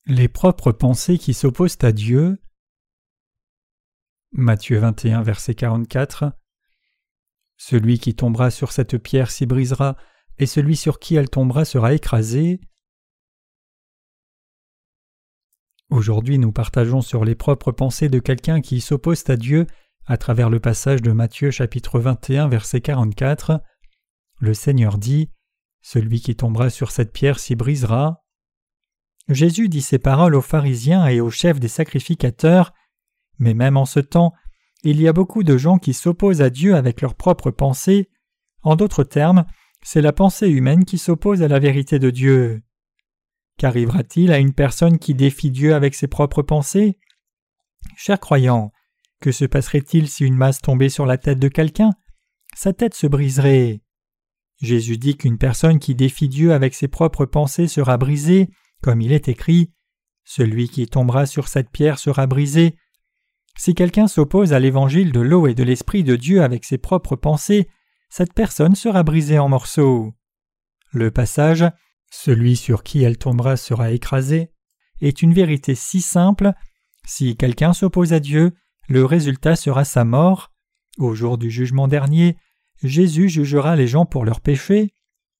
Les propres pensées qui s'opposent à Dieu. Matthieu 21, verset 44. Celui qui tombera sur cette pierre s'y brisera, et celui sur qui elle tombera sera écrasé. Aujourd'hui, nous partageons sur les propres pensées de quelqu'un qui s'oppose à Dieu à travers le passage de Matthieu chapitre 21, verset 44. Le Seigneur dit « Celui qui tombera sur cette pierre s'y brisera ». Jésus dit ces paroles aux pharisiens et aux chefs des sacrificateurs, mais même en ce temps, il y a beaucoup de gens qui s'opposent à Dieu avec leurs propres pensées. En d'autres termes, c'est la pensée humaine qui s'oppose à la vérité de Dieu. Qu'arrivera-t-il à une personne qui défie Dieu avec ses propres pensées? Chers croyants, que se passerait-il si une masse tombait sur la tête de quelqu'un? Sa tête se briserait. Jésus dit qu'une personne qui défie Dieu avec ses propres pensées sera brisée, comme il est écrit « Celui qui tombera sur cette pierre sera brisé ». Si quelqu'un s'oppose à l'évangile de l'eau et de l'Esprit de Dieu avec ses propres pensées, cette personne sera brisée en morceaux. Le passage « Celui sur qui elle tombera sera écrasé » est une vérité si simple. Si quelqu'un s'oppose à Dieu, le résultat sera sa mort. Au jour du jugement dernier, Jésus jugera les gens pour leurs péchés.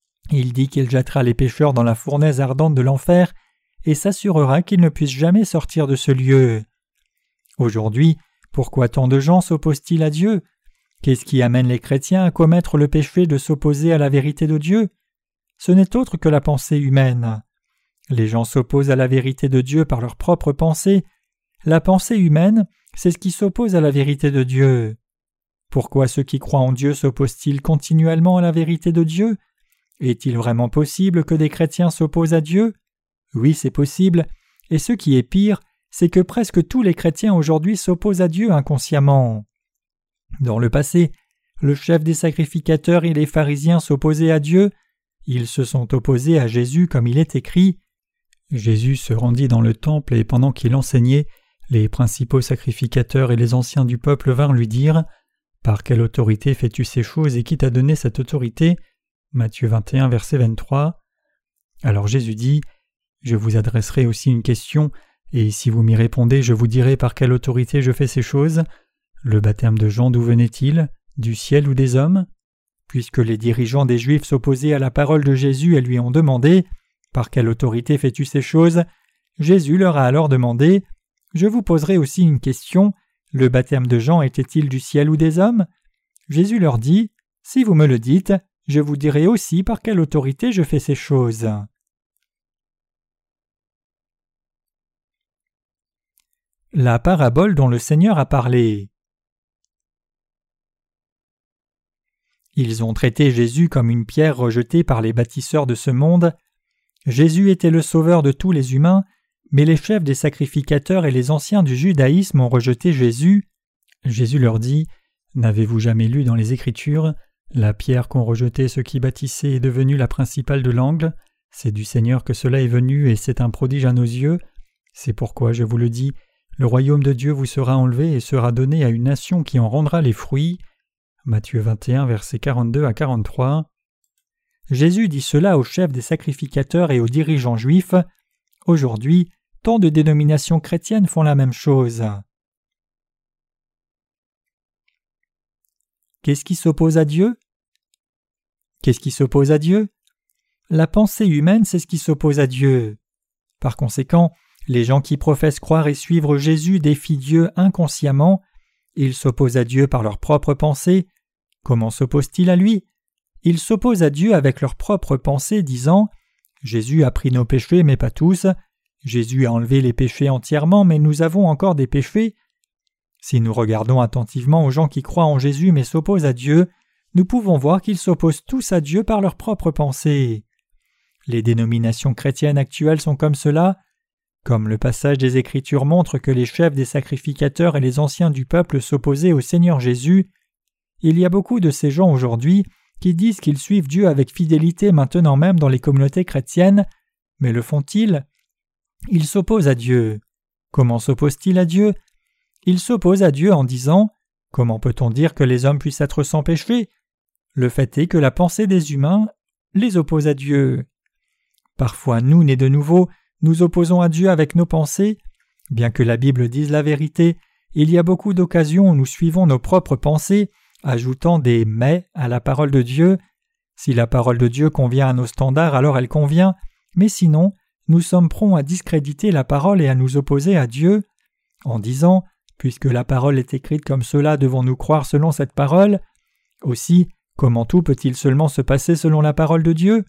Il dit qu'il jettera les pécheurs dans la fournaise ardente de l'enfer et s'assurera qu'ils ne puissent jamais sortir de ce lieu. Aujourd'hui, pourquoi tant de gens s'opposent-ils à Dieu? Qu'est-ce qui amène les chrétiens à commettre le péché de s'opposer à la vérité de Dieu? Ce n'est autre que la pensée humaine. Les gens s'opposent à la vérité de Dieu par leurs propres pensées. La pensée humaine, c'est ce qui s'oppose à la vérité de Dieu. Pourquoi ceux qui croient en Dieu s'opposent-ils continuellement à la vérité de Dieu? Est-il vraiment possible que des chrétiens s'opposent à Dieu? Oui, c'est possible, et ce qui est pire, c'est que presque tous les chrétiens aujourd'hui s'opposent à Dieu inconsciemment. Dans le passé, le chef des sacrificateurs et les pharisiens s'opposaient à Dieu. Ils se sont opposés à Jésus comme il est écrit. Jésus se rendit dans le temple et pendant qu'il enseignait, les principaux sacrificateurs et les anciens du peuple vinrent lui dire « Par quelle autorité fais-tu ces choses et qui t'a donné cette autorité ?» Matthieu 21, verset 23. Alors Jésus dit « Je vous adresserai aussi une question, et si vous m'y répondez, je vous dirai par quelle autorité je fais ces choses. Le baptême de Jean, d'où venait-il? Du ciel ou des hommes ?» Puisque les dirigeants des Juifs s'opposaient à la parole de Jésus et lui ont demandé « Par quelle autorité fais-tu ces choses ?» Jésus leur a alors demandé « Je vous poserai aussi une question, le baptême de Jean était-il du ciel ou des hommes ?» Jésus leur dit « Si vous me le dites, je vous dirai aussi par quelle autorité je fais ces choses. » La parabole dont le Seigneur a parlé. Ils ont traité Jésus comme une pierre rejetée par les bâtisseurs de ce monde. Jésus était le sauveur de tous les humains, mais les chefs des sacrificateurs et les anciens du judaïsme ont rejeté Jésus. Jésus leur dit « N'avez-vous jamais lu dans les Écritures ? La pierre qu'ont rejetée ceux qui bâtissaient est devenue la principale de l'angle. C'est du Seigneur que cela est venu et c'est un prodige à nos yeux. C'est pourquoi je vous le dis, le royaume de Dieu vous sera enlevé et sera donné à une nation qui en rendra les fruits. » Matthieu 21, versets 42 à 43. Jésus dit cela aux chefs des sacrificateurs et aux dirigeants juifs. Aujourd'hui, tant de dénominations chrétiennes font la même chose. Qu'est-ce qui s'oppose à Dieu? Qu'est-ce qui s'oppose à Dieu? La pensée humaine, c'est ce qui s'oppose à Dieu. Par conséquent, les gens qui professent croire et suivre Jésus défient Dieu inconsciemment. Ils s'opposent à Dieu par leurs propres pensées. Comment s'opposent-ils à lui? Ils s'opposent à Dieu avec leurs propres pensées, disant « Jésus a pris nos péchés, mais pas tous. Jésus a enlevé les péchés entièrement, mais nous avons encore des péchés. » Si nous regardons attentivement aux gens qui croient en Jésus mais s'opposent à Dieu, nous pouvons voir qu'ils s'opposent tous à Dieu par leurs propres pensées. Les dénominations chrétiennes actuelles sont comme cela. Comme le passage des Écritures montre que les chefs des sacrificateurs et les anciens du peuple s'opposaient au Seigneur Jésus, il y a beaucoup de ces gens aujourd'hui qui disent qu'ils suivent Dieu avec fidélité maintenant même dans les communautés chrétiennes, mais le font-ils? Ils s'opposent à Dieu. Comment s'opposent-ils à Dieu? Ils s'opposent à Dieu en disant « Comment peut-on dire que les hommes puissent être sans péché ?» Le fait est que la pensée des humains les oppose à Dieu. Parfois, nous, nés de nouveau, nous opposons à Dieu avec nos pensées. Bien que la Bible dise la vérité, il y a beaucoup d'occasions où nous suivons nos propres pensées, ajoutant des « mais » à la parole de Dieu. Si la parole de Dieu convient à nos standards, alors elle convient, mais sinon, nous sommes prompts à discréditer la parole et à nous opposer à Dieu. En disant « puisque la parole est écrite comme cela, devons-nous croire selon cette parole ?» Aussi, comment tout peut-il seulement se passer selon la parole de Dieu?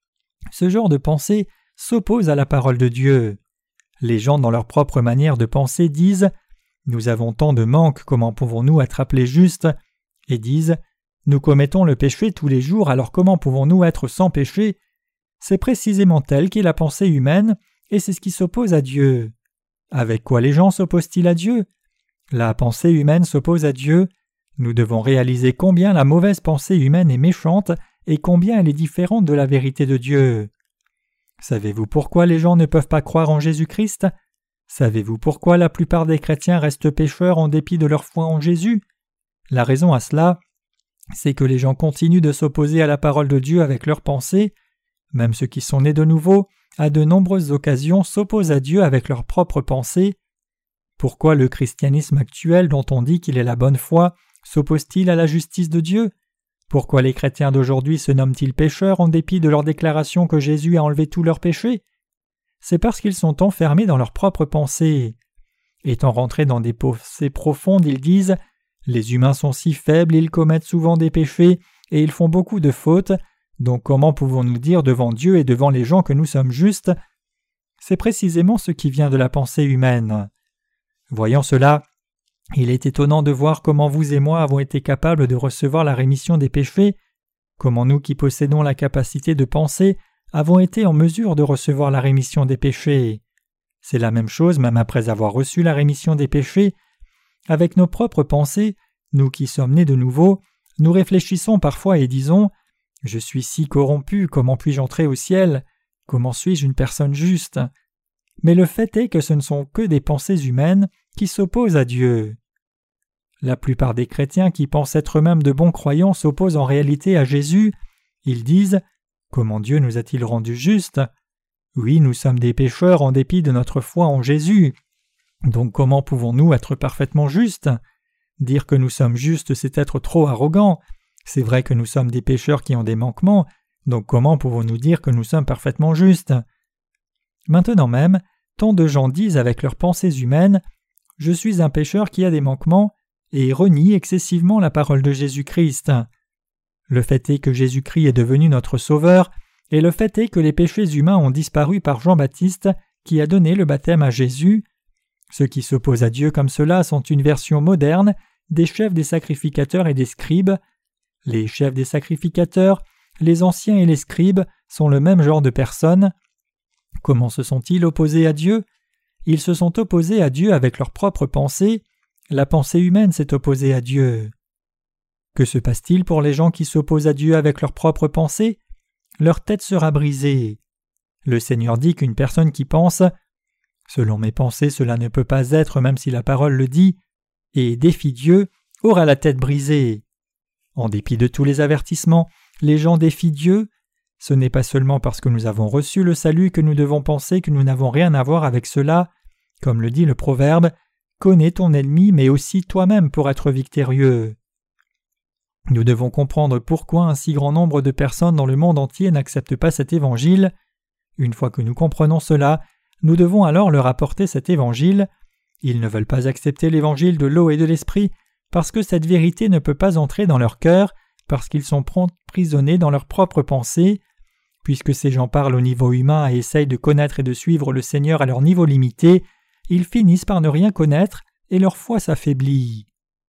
Ce genre de pensée s'oppose à la parole de Dieu. Les gens, dans leur propre manière de penser, disent « Nous avons tant de manques, comment pouvons-nous être appelés justes ?» et disent « Nous commettons le péché tous les jours, alors comment pouvons-nous être sans péché ?» C'est précisément telle qu'est la pensée humaine, et c'est ce qui s'oppose à Dieu. Avec quoi les gens s'opposent-ils à Dieu? La pensée humaine s'oppose à Dieu. Nous devons réaliser combien la mauvaise pensée humaine est méchante et combien elle est différente de la vérité de Dieu. Savez-vous pourquoi les gens ne peuvent pas croire en Jésus-Christ? Savez-vous pourquoi la plupart des chrétiens restent pécheurs en dépit de leur foi en Jésus? La raison à cela, c'est que les gens continuent de s'opposer à la parole de Dieu avec leurs pensées. Même ceux qui sont nés de nouveau, à de nombreuses occasions, s'opposent à Dieu avec leurs propres pensées. Pourquoi le christianisme actuel, dont on dit qu'il est la bonne foi, s'oppose-t-il à la justice de Dieu? Pourquoi les chrétiens d'aujourd'hui se nomment-ils pécheurs en dépit de leur déclaration que Jésus a enlevé tous leurs péchés? C'est parce qu'ils sont enfermés dans leurs propres pensées. Étant rentrés dans des pensées profondes, ils disent « Les humains sont si faibles, ils commettent souvent des péchés, et ils font beaucoup de fautes, donc comment pouvons-nous dire devant Dieu et devant les gens que nous sommes justes ?» C'est précisément ce qui vient de la pensée humaine. Voyant cela, il est étonnant de voir comment vous et moi avons été capables de recevoir la rémission des péchés, comment nous qui possédons la capacité de penser avons été en mesure de recevoir la rémission des péchés. C'est la même chose même après avoir reçu la rémission des péchés. Avec nos propres pensées, nous qui sommes nés de nouveau, nous réfléchissons parfois et disons « Je suis si corrompu, comment puis-je entrer au ciel? Comment suis-je une personne juste ?» Mais le fait est que ce ne sont que des pensées humaines qui s'opposent à Dieu. La plupart des chrétiens qui pensent être eux-mêmes de bons croyants s'opposent en réalité à Jésus. Ils disent « Comment Dieu nous a-t-il rendus justes ?» Oui, nous sommes des pécheurs en dépit de notre foi en Jésus. Donc comment pouvons-nous être parfaitement justes? Dire que nous sommes justes, c'est être trop arrogant. C'est vrai que nous sommes des pécheurs qui ont des manquements, donc comment pouvons-nous dire que nous sommes parfaitement justes? Maintenant même, tant de gens disent avec leurs pensées humaines « Je suis un pécheur qui a des manquements » et renient excessivement la parole de Jésus-Christ. Le fait est que Jésus-Christ est devenu notre Sauveur, et le fait est que les péchés humains ont disparu par Jean-Baptiste qui a donné le baptême à Jésus. Ceux qui s'opposent à Dieu comme cela sont une version moderne des chefs des sacrificateurs et des scribes. Les chefs des sacrificateurs, les anciens et les scribes sont le même genre de personnes. Comment se sont-ils opposés à Dieu? Ils se sont opposés à Dieu avec leurs propres pensées. La pensée humaine s'est opposée à Dieu. Que se passe-t-il pour les gens qui s'opposent à Dieu avec leurs propres pensées? Leur tête sera brisée. Le Seigneur dit qu'une personne qui pense « Selon mes pensées, cela ne peut pas être même si la parole le dit » et défie Dieu, aura la tête brisée. En dépit de tous les avertissements, les gens défient Dieu. Ce n'est pas seulement parce que nous avons reçu le salut que nous devons penser que nous n'avons rien à voir avec cela. Comme le dit le proverbe, « Connais ton ennemi, mais aussi toi-même pour être victorieux ». Nous devons comprendre pourquoi un si grand nombre de personnes dans le monde entier n'acceptent pas cet évangile. Une fois que nous comprenons cela, nous devons alors leur apporter cet évangile. Ils ne veulent pas accepter l'évangile de l'eau et de l'esprit parce que cette vérité ne peut pas entrer dans leur cœur, parce qu'ils sont emprisonnés dans leurs propres pensées. Puisque ces gens parlent au niveau humain et essayent de connaître et de suivre le Seigneur à leur niveau limité, ils finissent par ne rien connaître et leur foi s'affaiblit.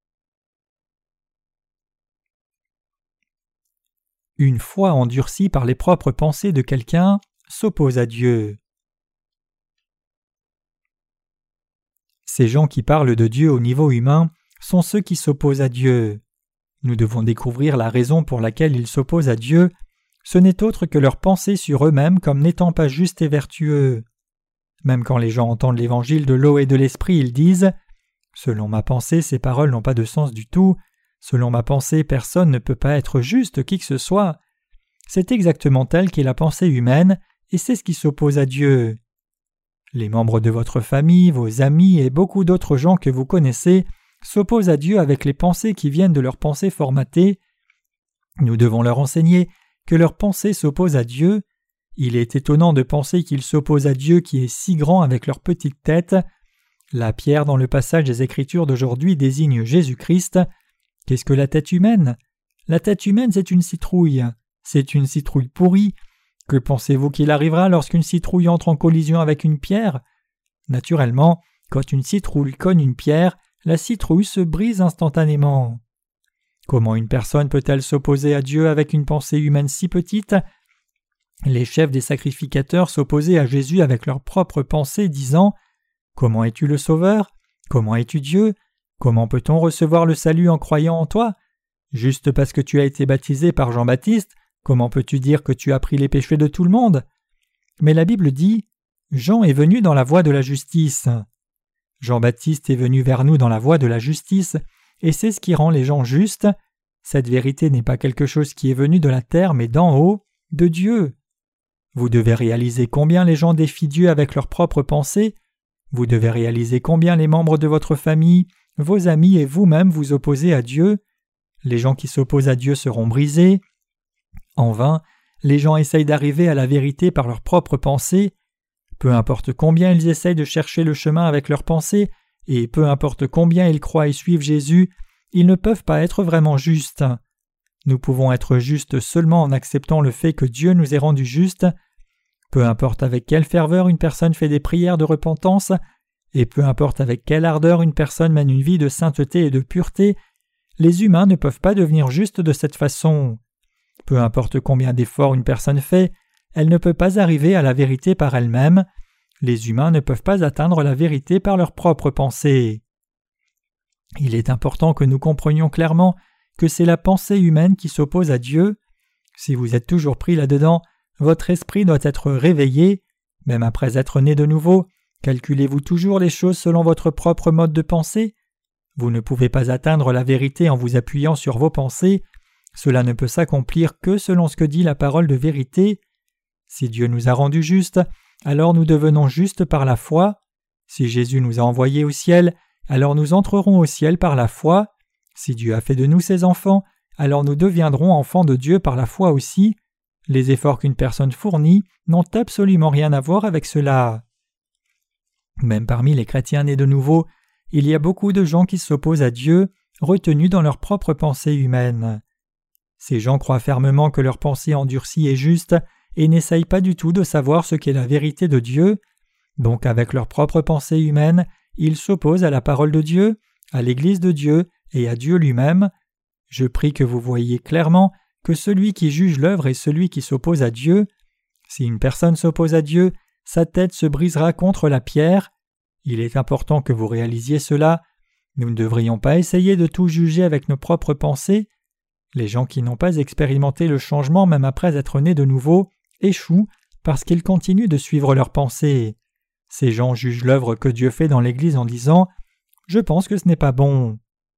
Une foi endurcie par les propres pensées de quelqu'un s'oppose à Dieu. Ces gens qui parlent de Dieu au niveau humain sont ceux qui s'opposent à Dieu. Nous devons découvrir la raison pour laquelle ils s'opposent à Dieu. Ce n'est autre que leur pensée sur eux-mêmes comme n'étant pas justes et vertueux. Même quand les gens entendent l'évangile de l'eau et de l'esprit, ils disent « Selon ma pensée, ces paroles n'ont pas de sens du tout. Selon ma pensée, personne ne peut pas être juste, qui que ce soit. » C'est exactement telle qu'est la pensée humaine, et c'est ce qui s'oppose à Dieu. Les membres de votre famille, vos amis et beaucoup d'autres gens que vous connaissez s'opposent à Dieu avec les pensées qui viennent de leurs pensées formatées. Nous devons leur enseigner que leurs pensées s'opposent à Dieu. Il est étonnant de penser qu'ils s'opposent à Dieu qui est si grand avec leur petite tête. La pierre dans le passage des Écritures d'aujourd'hui désigne Jésus-Christ. Qu'est-ce que la tête humaine? La tête humaine, c'est une citrouille. C'est une citrouille pourrie. Que pensez-vous qu'il arrivera lorsqu'une citrouille entre en collision avec une pierre? Naturellement, quand une citrouille cogne une pierre, la citrouille se brise instantanément. Comment une personne peut-elle s'opposer à Dieu avec une pensée humaine si petite? Les chefs des sacrificateurs s'opposaient à Jésus avec leurs propres pensées, disant « Comment es-tu le Sauveur? Comment es-tu Dieu? Comment peut-on recevoir le salut en croyant en toi? Juste parce que tu as été baptisé par Jean-Baptiste, comment peux-tu dire que tu as pris les péchés de tout le monde? » Mais la Bible dit « Jean est venu dans la voie de la justice. » Jean-Baptiste est venu vers nous dans la voie de la justice, et c'est ce qui rend les gens justes. Cette vérité n'est pas quelque chose qui est venu de la terre, mais d'en haut, de Dieu. Vous devez réaliser combien les gens défient Dieu avec leurs propres pensées. Vous devez réaliser combien les membres de votre famille, vos amis et vous-même vous opposez à Dieu. Les gens qui s'opposent à Dieu seront brisés. En vain, les gens essayent d'arriver à la vérité par leurs propres pensées. Peu importe combien ils essayent de chercher le chemin avec leurs pensées, et peu importe combien ils croient et suivent Jésus, ils ne peuvent pas être vraiment justes. Nous pouvons être justes seulement en acceptant le fait que Dieu nous ait rendus justes. Peu importe avec quelle ferveur une personne fait des prières de repentance, et peu importe avec quelle ardeur une personne mène une vie de sainteté et de pureté, les humains ne peuvent pas devenir justes de cette façon. Peu importe combien d'efforts une personne fait, elle ne peut pas arriver à la vérité par elle-même. Les humains ne peuvent pas atteindre la vérité par leurs propres pensées. Il est important que nous comprenions clairement que c'est la pensée humaine qui s'oppose à Dieu. Si vous êtes toujours pris là-dedans, votre esprit doit être réveillé. Même après être né de nouveau, calculez-vous toujours les choses selon votre propre mode de pensée? Vous ne pouvez pas atteindre la vérité en vous appuyant sur vos pensées. Cela ne peut s'accomplir que selon ce que dit la parole de vérité. Si Dieu nous a rendus justes, alors nous devenons justes par la foi. Si Jésus nous a envoyés au ciel, alors nous entrerons au ciel par la foi. Si Dieu a fait de nous ses enfants, alors nous deviendrons enfants de Dieu par la foi aussi. Les efforts qu'une personne fournit n'ont absolument rien à voir avec cela. Même parmi les chrétiens nés de nouveau, il y a beaucoup de gens qui s'opposent à Dieu, retenus dans leurs propres pensées humaines. Ces gens croient fermement que leur pensée endurcie est juste et n'essayent pas du tout de savoir ce qu'est la vérité de Dieu. Donc avec leurs propres pensées humaines, ils s'opposent à la parole de Dieu, à l'Église de Dieu et à Dieu lui-même. Je prie que vous voyiez clairement que celui qui juge l'œuvre est celui qui s'oppose à Dieu. Si une personne s'oppose à Dieu, sa tête se brisera contre la pierre. Il est important que vous réalisiez cela. Nous ne devrions pas essayer de tout juger avec nos propres pensées. Les gens qui n'ont pas expérimenté le changement même après être nés de nouveau échouent parce qu'ils continuent de suivre leurs pensées. Ces gens jugent l'œuvre que Dieu fait dans l'Église en disant « Je pense que ce n'est pas bon ».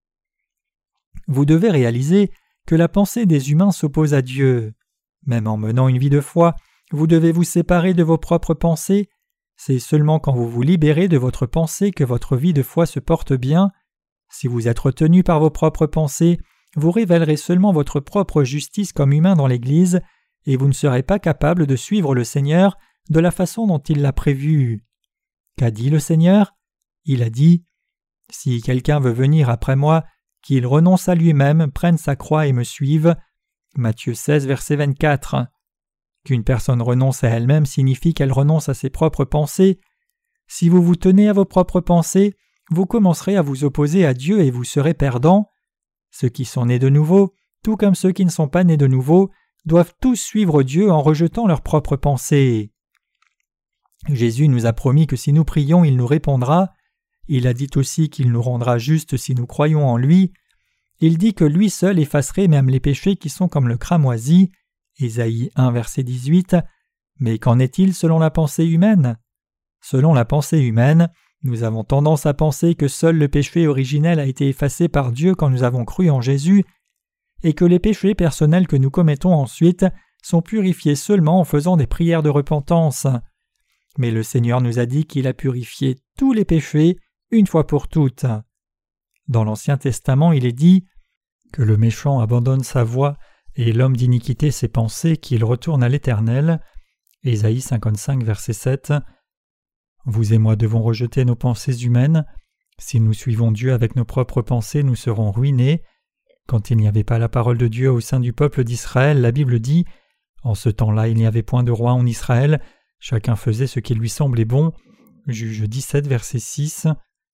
Vous devez réaliser que la pensée des humains s'oppose à Dieu. Même en menant une vie de foi, vous devez vous séparer de vos propres pensées. C'est seulement quand vous vous libérez de votre pensée que votre vie de foi se porte bien. Si vous êtes retenu par vos propres pensées, vous révélerez seulement votre propre justice comme humain dans l'Église, et vous ne serez pas capable de suivre le Seigneur de la façon dont il l'a prévu. Qu'a dit le Seigneur? Il a dit « Si quelqu'un veut venir après moi, qu'il renonce à lui-même, prenne sa croix et me suive. » Matthieu 16, verset 24. Qu'une personne renonce à elle-même signifie qu'elle renonce à ses propres pensées. Si vous vous tenez à vos propres pensées, vous commencerez à vous opposer à Dieu et vous serez perdant. Ceux qui sont nés de nouveau, tout comme ceux qui ne sont pas nés de nouveau, doivent tous suivre Dieu en rejetant leurs propres pensées. Jésus nous a promis que si nous prions, il nous répondra. Il a dit aussi qu'il nous rendra justes si nous croyons en lui. Il dit que lui seul effacerait même les péchés qui sont comme le cramoisi. Ésaïe 1, verset 18. Mais qu'en est-il selon la pensée humaine? Selon la pensée humaine, nous avons tendance à penser que seul le péché originel a été effacé par Dieu quand nous avons cru en Jésus, et que les péchés personnels que nous commettons ensuite sont purifiés seulement en faisant des prières de repentance. mais le Seigneur nous a dit qu'il a purifié tous les péchés une fois pour toutes. Dans l'Ancien Testament, il est dit que le méchant abandonne sa voie et l'homme d'iniquité ses pensées, qu'il retourne à l'Éternel. Ésaïe 55, verset 7. Vous et moi devons rejeter nos pensées humaines. Si nous suivons Dieu avec nos propres pensées, nous serons ruinés. Quand il n'y avait pas la parole de Dieu au sein du peuple d'Israël, la Bible dit « En ce temps-là, il n'y avait point de roi en Israël, chacun faisait ce qui lui semblait bon. » Juge 17, verset 6.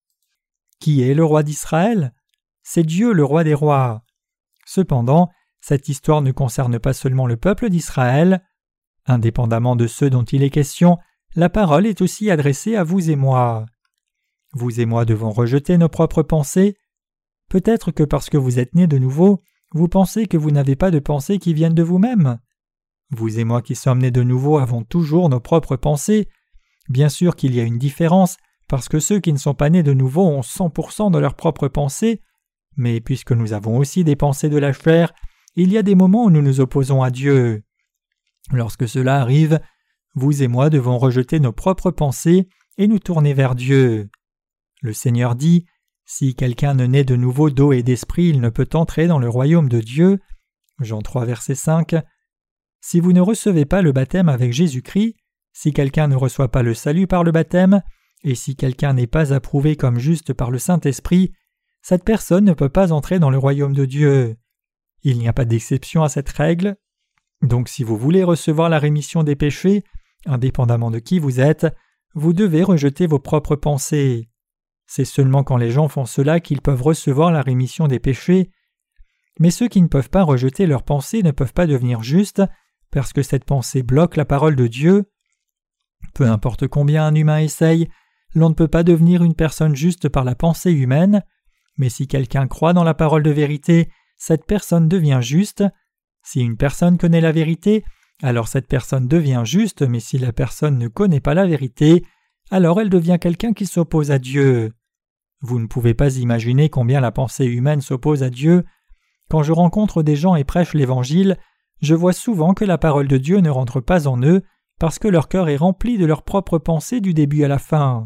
Qui est le roi d'Israël? C'est Dieu, le roi des rois. Cependant, cette histoire ne concerne pas seulement le peuple d'Israël. Indépendamment de ceux dont il est question, la parole est aussi adressée à vous et moi. Vous et moi devons rejeter nos propres pensées. Peut-être que parce que vous êtes nés de nouveau, vous pensez que vous n'avez pas de pensées qui viennent de vous-même. Vous et moi qui sommes nés de nouveau avons toujours nos propres pensées. Bien sûr qu'il y a une différence, parce que ceux qui ne sont pas nés de nouveau ont 100% de leurs propres pensées, mais puisque nous avons aussi des pensées de la chair, il y a des moments où nous nous opposons à Dieu. Lorsque cela arrive, vous et moi devons rejeter nos propres pensées et nous tourner vers Dieu. Le Seigneur dit « Si quelqu'un ne naît de nouveau d'eau et d'esprit, il ne peut entrer dans le royaume de Dieu. » Jean 3, verset 5. Si vous ne recevez pas le baptême avec Jésus-Christ, si quelqu'un ne reçoit pas le salut par le baptême, et si quelqu'un n'est pas approuvé comme juste par le Saint-Esprit, cette personne ne peut pas entrer dans le royaume de Dieu. Il n'y a pas d'exception à cette règle. Donc si vous voulez recevoir la rémission des péchés, indépendamment de qui vous êtes, vous devez rejeter vos propres pensées. C'est seulement quand les gens font cela qu'ils peuvent recevoir la rémission des péchés. Mais ceux qui ne peuvent pas rejeter leurs pensées ne peuvent pas devenir justes, parce que cette pensée bloque la parole de Dieu. Peu importe combien un humain essaye, l'on ne peut pas devenir une personne juste par la pensée humaine, mais si quelqu'un croit dans la parole de vérité, cette personne devient juste. Si une personne connaît la vérité, alors cette personne devient juste, mais si la personne ne connaît pas la vérité, alors elle devient quelqu'un qui s'oppose à Dieu. Vous ne pouvez pas imaginer combien la pensée humaine s'oppose à Dieu. Quand je rencontre des gens et prêche l'Évangile, je vois souvent que la parole de Dieu ne rentre pas en eux parce que leur cœur est rempli de leurs propres pensées du début à la fin.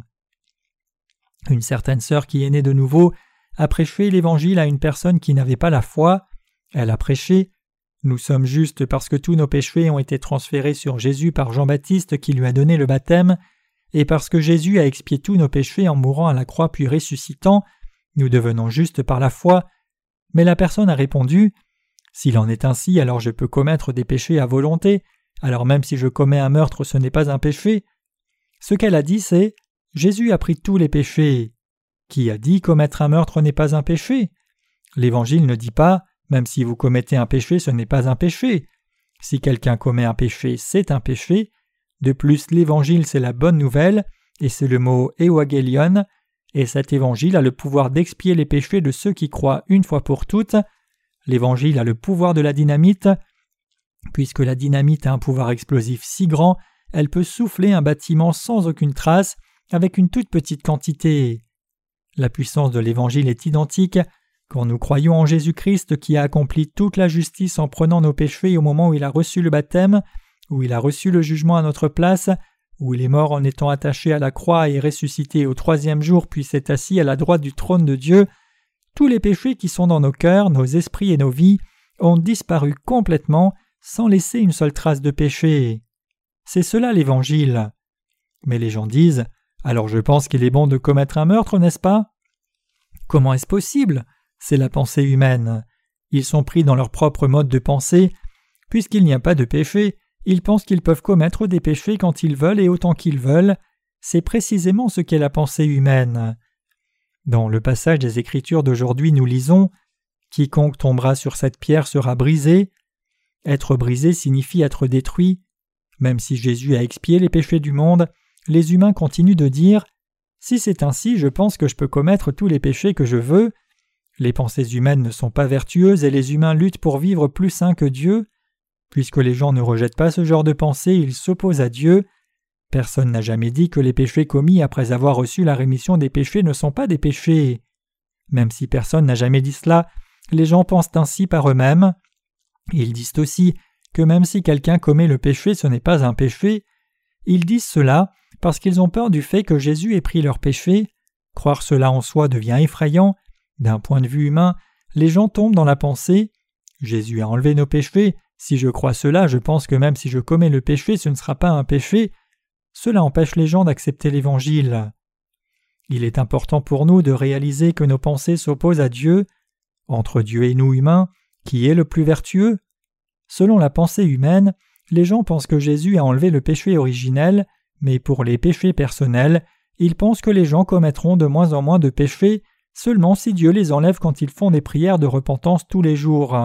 Une certaine sœur qui est née de nouveau a prêché l'Évangile à une personne qui n'avait pas la foi. Elle a prêché « Nous sommes justes parce que tous nos péchés ont été transférés sur Jésus par Jean-Baptiste qui lui a donné le baptême, et parce que Jésus a expié tous nos péchés en mourant à la croix puis ressuscitant, nous devenons justes par la foi. » Mais la personne a répondu « S'il en est ainsi, alors je peux commettre des péchés à volonté, alors même si je commets un meurtre, ce n'est pas un péché. » Ce qu'elle a dit, c'est « Jésus a pris tous les péchés. » Qui a dit commettre un meurtre n'est pas un péché? L'Évangile ne dit pas « Même si vous commettez un péché, ce n'est pas un péché. » Si quelqu'un commet un péché, c'est un péché. De plus, l'Évangile, c'est la bonne nouvelle, et c'est le mot « Evangelion », et cet Évangile a le pouvoir d'expier les péchés de ceux qui croient une fois pour toutes. L'Évangile a le pouvoir de la dynamite. Puisque la dynamite a un pouvoir explosif si grand, elle peut souffler un bâtiment sans aucune trace, avec une toute petite quantité. La puissance de l'Évangile est identique. Quand nous croyons en Jésus-Christ qui a accompli toute la justice en prenant nos péchés au moment où il a reçu le baptême, où il a reçu le jugement à notre place, où il est mort en étant attaché à la croix et ressuscité au 3e jour puis s'est assis à la droite du trône de Dieu, tous les péchés qui sont dans nos cœurs, nos esprits et nos vies ont disparu complètement sans laisser une seule trace de péché. C'est cela l'Évangile. Mais les gens disent « Alors je pense qu'il est bon de commettre un meurtre, n'est-ce pas ?» Comment est-ce possible? C'est la pensée humaine. Ils sont pris dans leur propre mode de pensée. Puisqu'il n'y a pas de péché, ils pensent qu'ils peuvent commettre des péchés quand ils veulent et autant qu'ils veulent. C'est précisément ce qu'est la pensée humaine. Dans le passage des Écritures d'aujourd'hui, nous lisons « Quiconque tombera sur cette pierre sera brisé ». Être brisé signifie être détruit. Même si Jésus a expié les péchés du monde, les humains continuent de dire « Si c'est ainsi, je pense que je peux commettre tous les péchés que je veux ». Les pensées humaines ne sont pas vertueuses et les humains luttent pour vivre plus saints que Dieu. Puisque les gens ne rejettent pas ce genre de pensée, ils s'opposent à Dieu. Personne n'a jamais dit que les péchés commis après avoir reçu la rémission des péchés ne sont pas des péchés. Même si personne n'a jamais dit cela, les gens pensent ainsi par eux-mêmes. Ils disent aussi que même si quelqu'un commet le péché, ce n'est pas un péché. Ils disent cela parce qu'ils ont peur du fait que Jésus ait pris leurs péchés. Croire cela en soi devient effrayant. D'un point de vue humain, les gens tombent dans la pensée « Jésus a enlevé nos péchés, si je crois cela, je pense que même si je commets le péché, ce ne sera pas un péché. » Cela empêche les gens d'accepter l'Évangile. Il est important pour nous de réaliser que nos pensées s'opposent à Dieu. Entre Dieu et nous humains, qui est le plus vertueux? Selon la pensée humaine, les gens pensent que Jésus a enlevé le péché originel, mais pour les péchés personnels, ils pensent que les gens commettront de moins en moins de péchés seulement si Dieu les enlève quand ils font des prières de repentance tous les jours.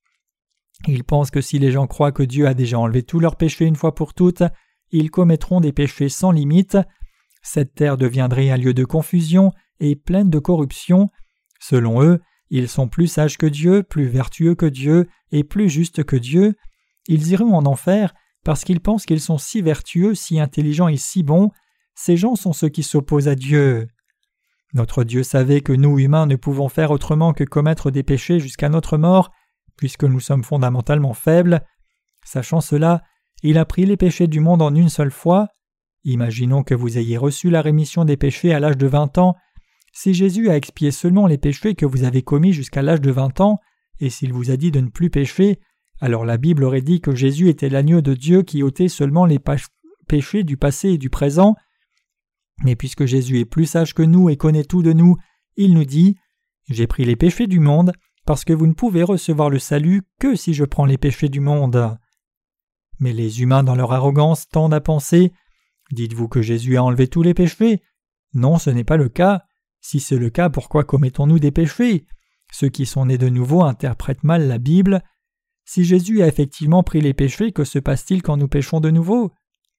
Ils pensent que si les gens croient que Dieu a déjà enlevé tous leurs péchés une fois pour toutes, ils commettront des péchés sans limite. Cette terre deviendrait un lieu de confusion et pleine de corruption. Selon eux, ils sont plus sages que Dieu, plus vertueux que Dieu et plus justes que Dieu. Ils iront en enfer parce qu'ils pensent qu'ils sont si vertueux, si intelligents et si bons. Ces gens sont ceux qui s'opposent à Dieu. Notre Dieu savait que nous, humains, ne pouvons faire autrement que commettre des péchés jusqu'à notre mort, puisque nous sommes fondamentalement faibles. Sachant cela, il a pris les péchés du monde en une seule fois. Imaginons que vous ayez reçu la rémission des péchés à l'âge de 20 ans. Si Jésus a expié seulement les péchés que vous avez commis jusqu'à l'âge de 20 ans, et s'il vous a dit de ne plus pécher, alors la Bible aurait dit que Jésus était l'agneau de Dieu qui ôtait seulement les péchés du passé et du présent. Mais puisque Jésus est plus sage que nous et connaît tout de nous, il nous dit « J'ai pris les péchés du monde, parce que vous ne pouvez recevoir le salut que si je prends les péchés du monde. » Mais les humains dans leur arrogance tendent à penser « Dites-vous que Jésus a enlevé tous les péchés ?» Non, ce n'est pas le cas. Si c'est le cas, pourquoi commettons-nous des péchés? Ceux qui sont nés de nouveau interprètent mal la Bible. Si Jésus a effectivement pris les péchés, que se passe-t-il quand nous péchons de nouveau?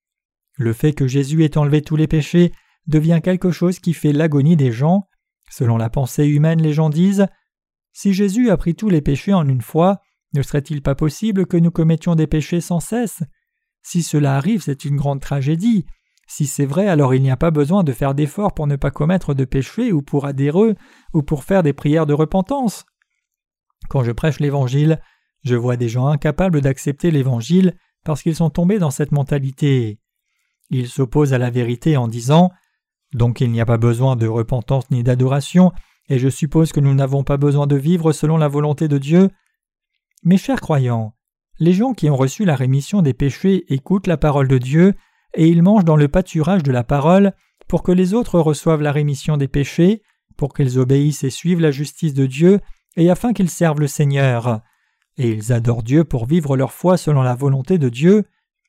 Le fait que Jésus ait enlevé tous les péchés devient quelque chose qui fait l'agonie des gens. Selon la pensée humaine, les gens disent « Si Jésus a pris tous les péchés en une fois, ne serait-il pas possible que nous commettions des péchés sans cesse? Si cela arrive, c'est une grande tragédie. Si c'est vrai, alors il n'y a pas besoin de faire d'efforts pour ne pas commettre de péchés ou pour adhérer ou pour faire des prières de repentance. » Quand je prêche l'Évangile, je vois des gens incapables d'accepter l'Évangile parce qu'ils sont tombés dans cette mentalité. Ils s'opposent à la vérité en disant « Donc il n'y a pas besoin de repentance ni d'adoration, et je suppose que nous n'avons pas besoin de vivre selon la volonté de Dieu. » Mes chers croyants, les gens qui ont reçu la rémission des péchés écoutent la parole de Dieu et ils mangent dans le pâturage de la parole pour que les autres reçoivent la rémission des péchés, pour qu'ils obéissent et suivent la justice de Dieu et afin qu'ils servent le Seigneur. Et ils adorent Dieu pour vivre leur foi selon la volonté de Dieu.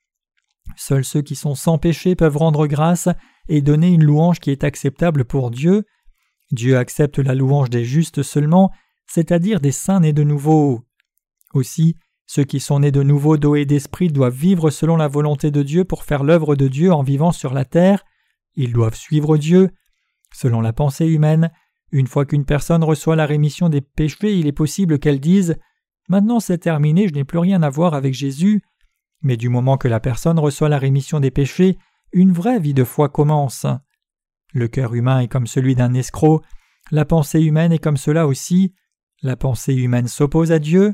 Seuls ceux qui sont sans péché peuvent rendre grâce et donner une louange qui est acceptable pour Dieu. Dieu accepte la louange des justes seulement, c'est-à-dire des saints nés de nouveau. Aussi, ceux qui sont nés de nouveau d'eau et d'esprit doivent vivre selon la volonté de Dieu pour faire l'œuvre de Dieu en vivant sur la terre. Ils doivent suivre Dieu. Selon la pensée humaine, une fois qu'une personne reçoit la rémission des péchés, il est possible qu'elle dise « Maintenant c'est terminé, je n'ai plus rien à voir avec Jésus ». Mais du moment que la personne reçoit la rémission des péchés, une vraie vie de foi commence. Le cœur humain est comme celui d'un escroc, la pensée humaine est comme cela aussi. La pensée humaine s'oppose à Dieu.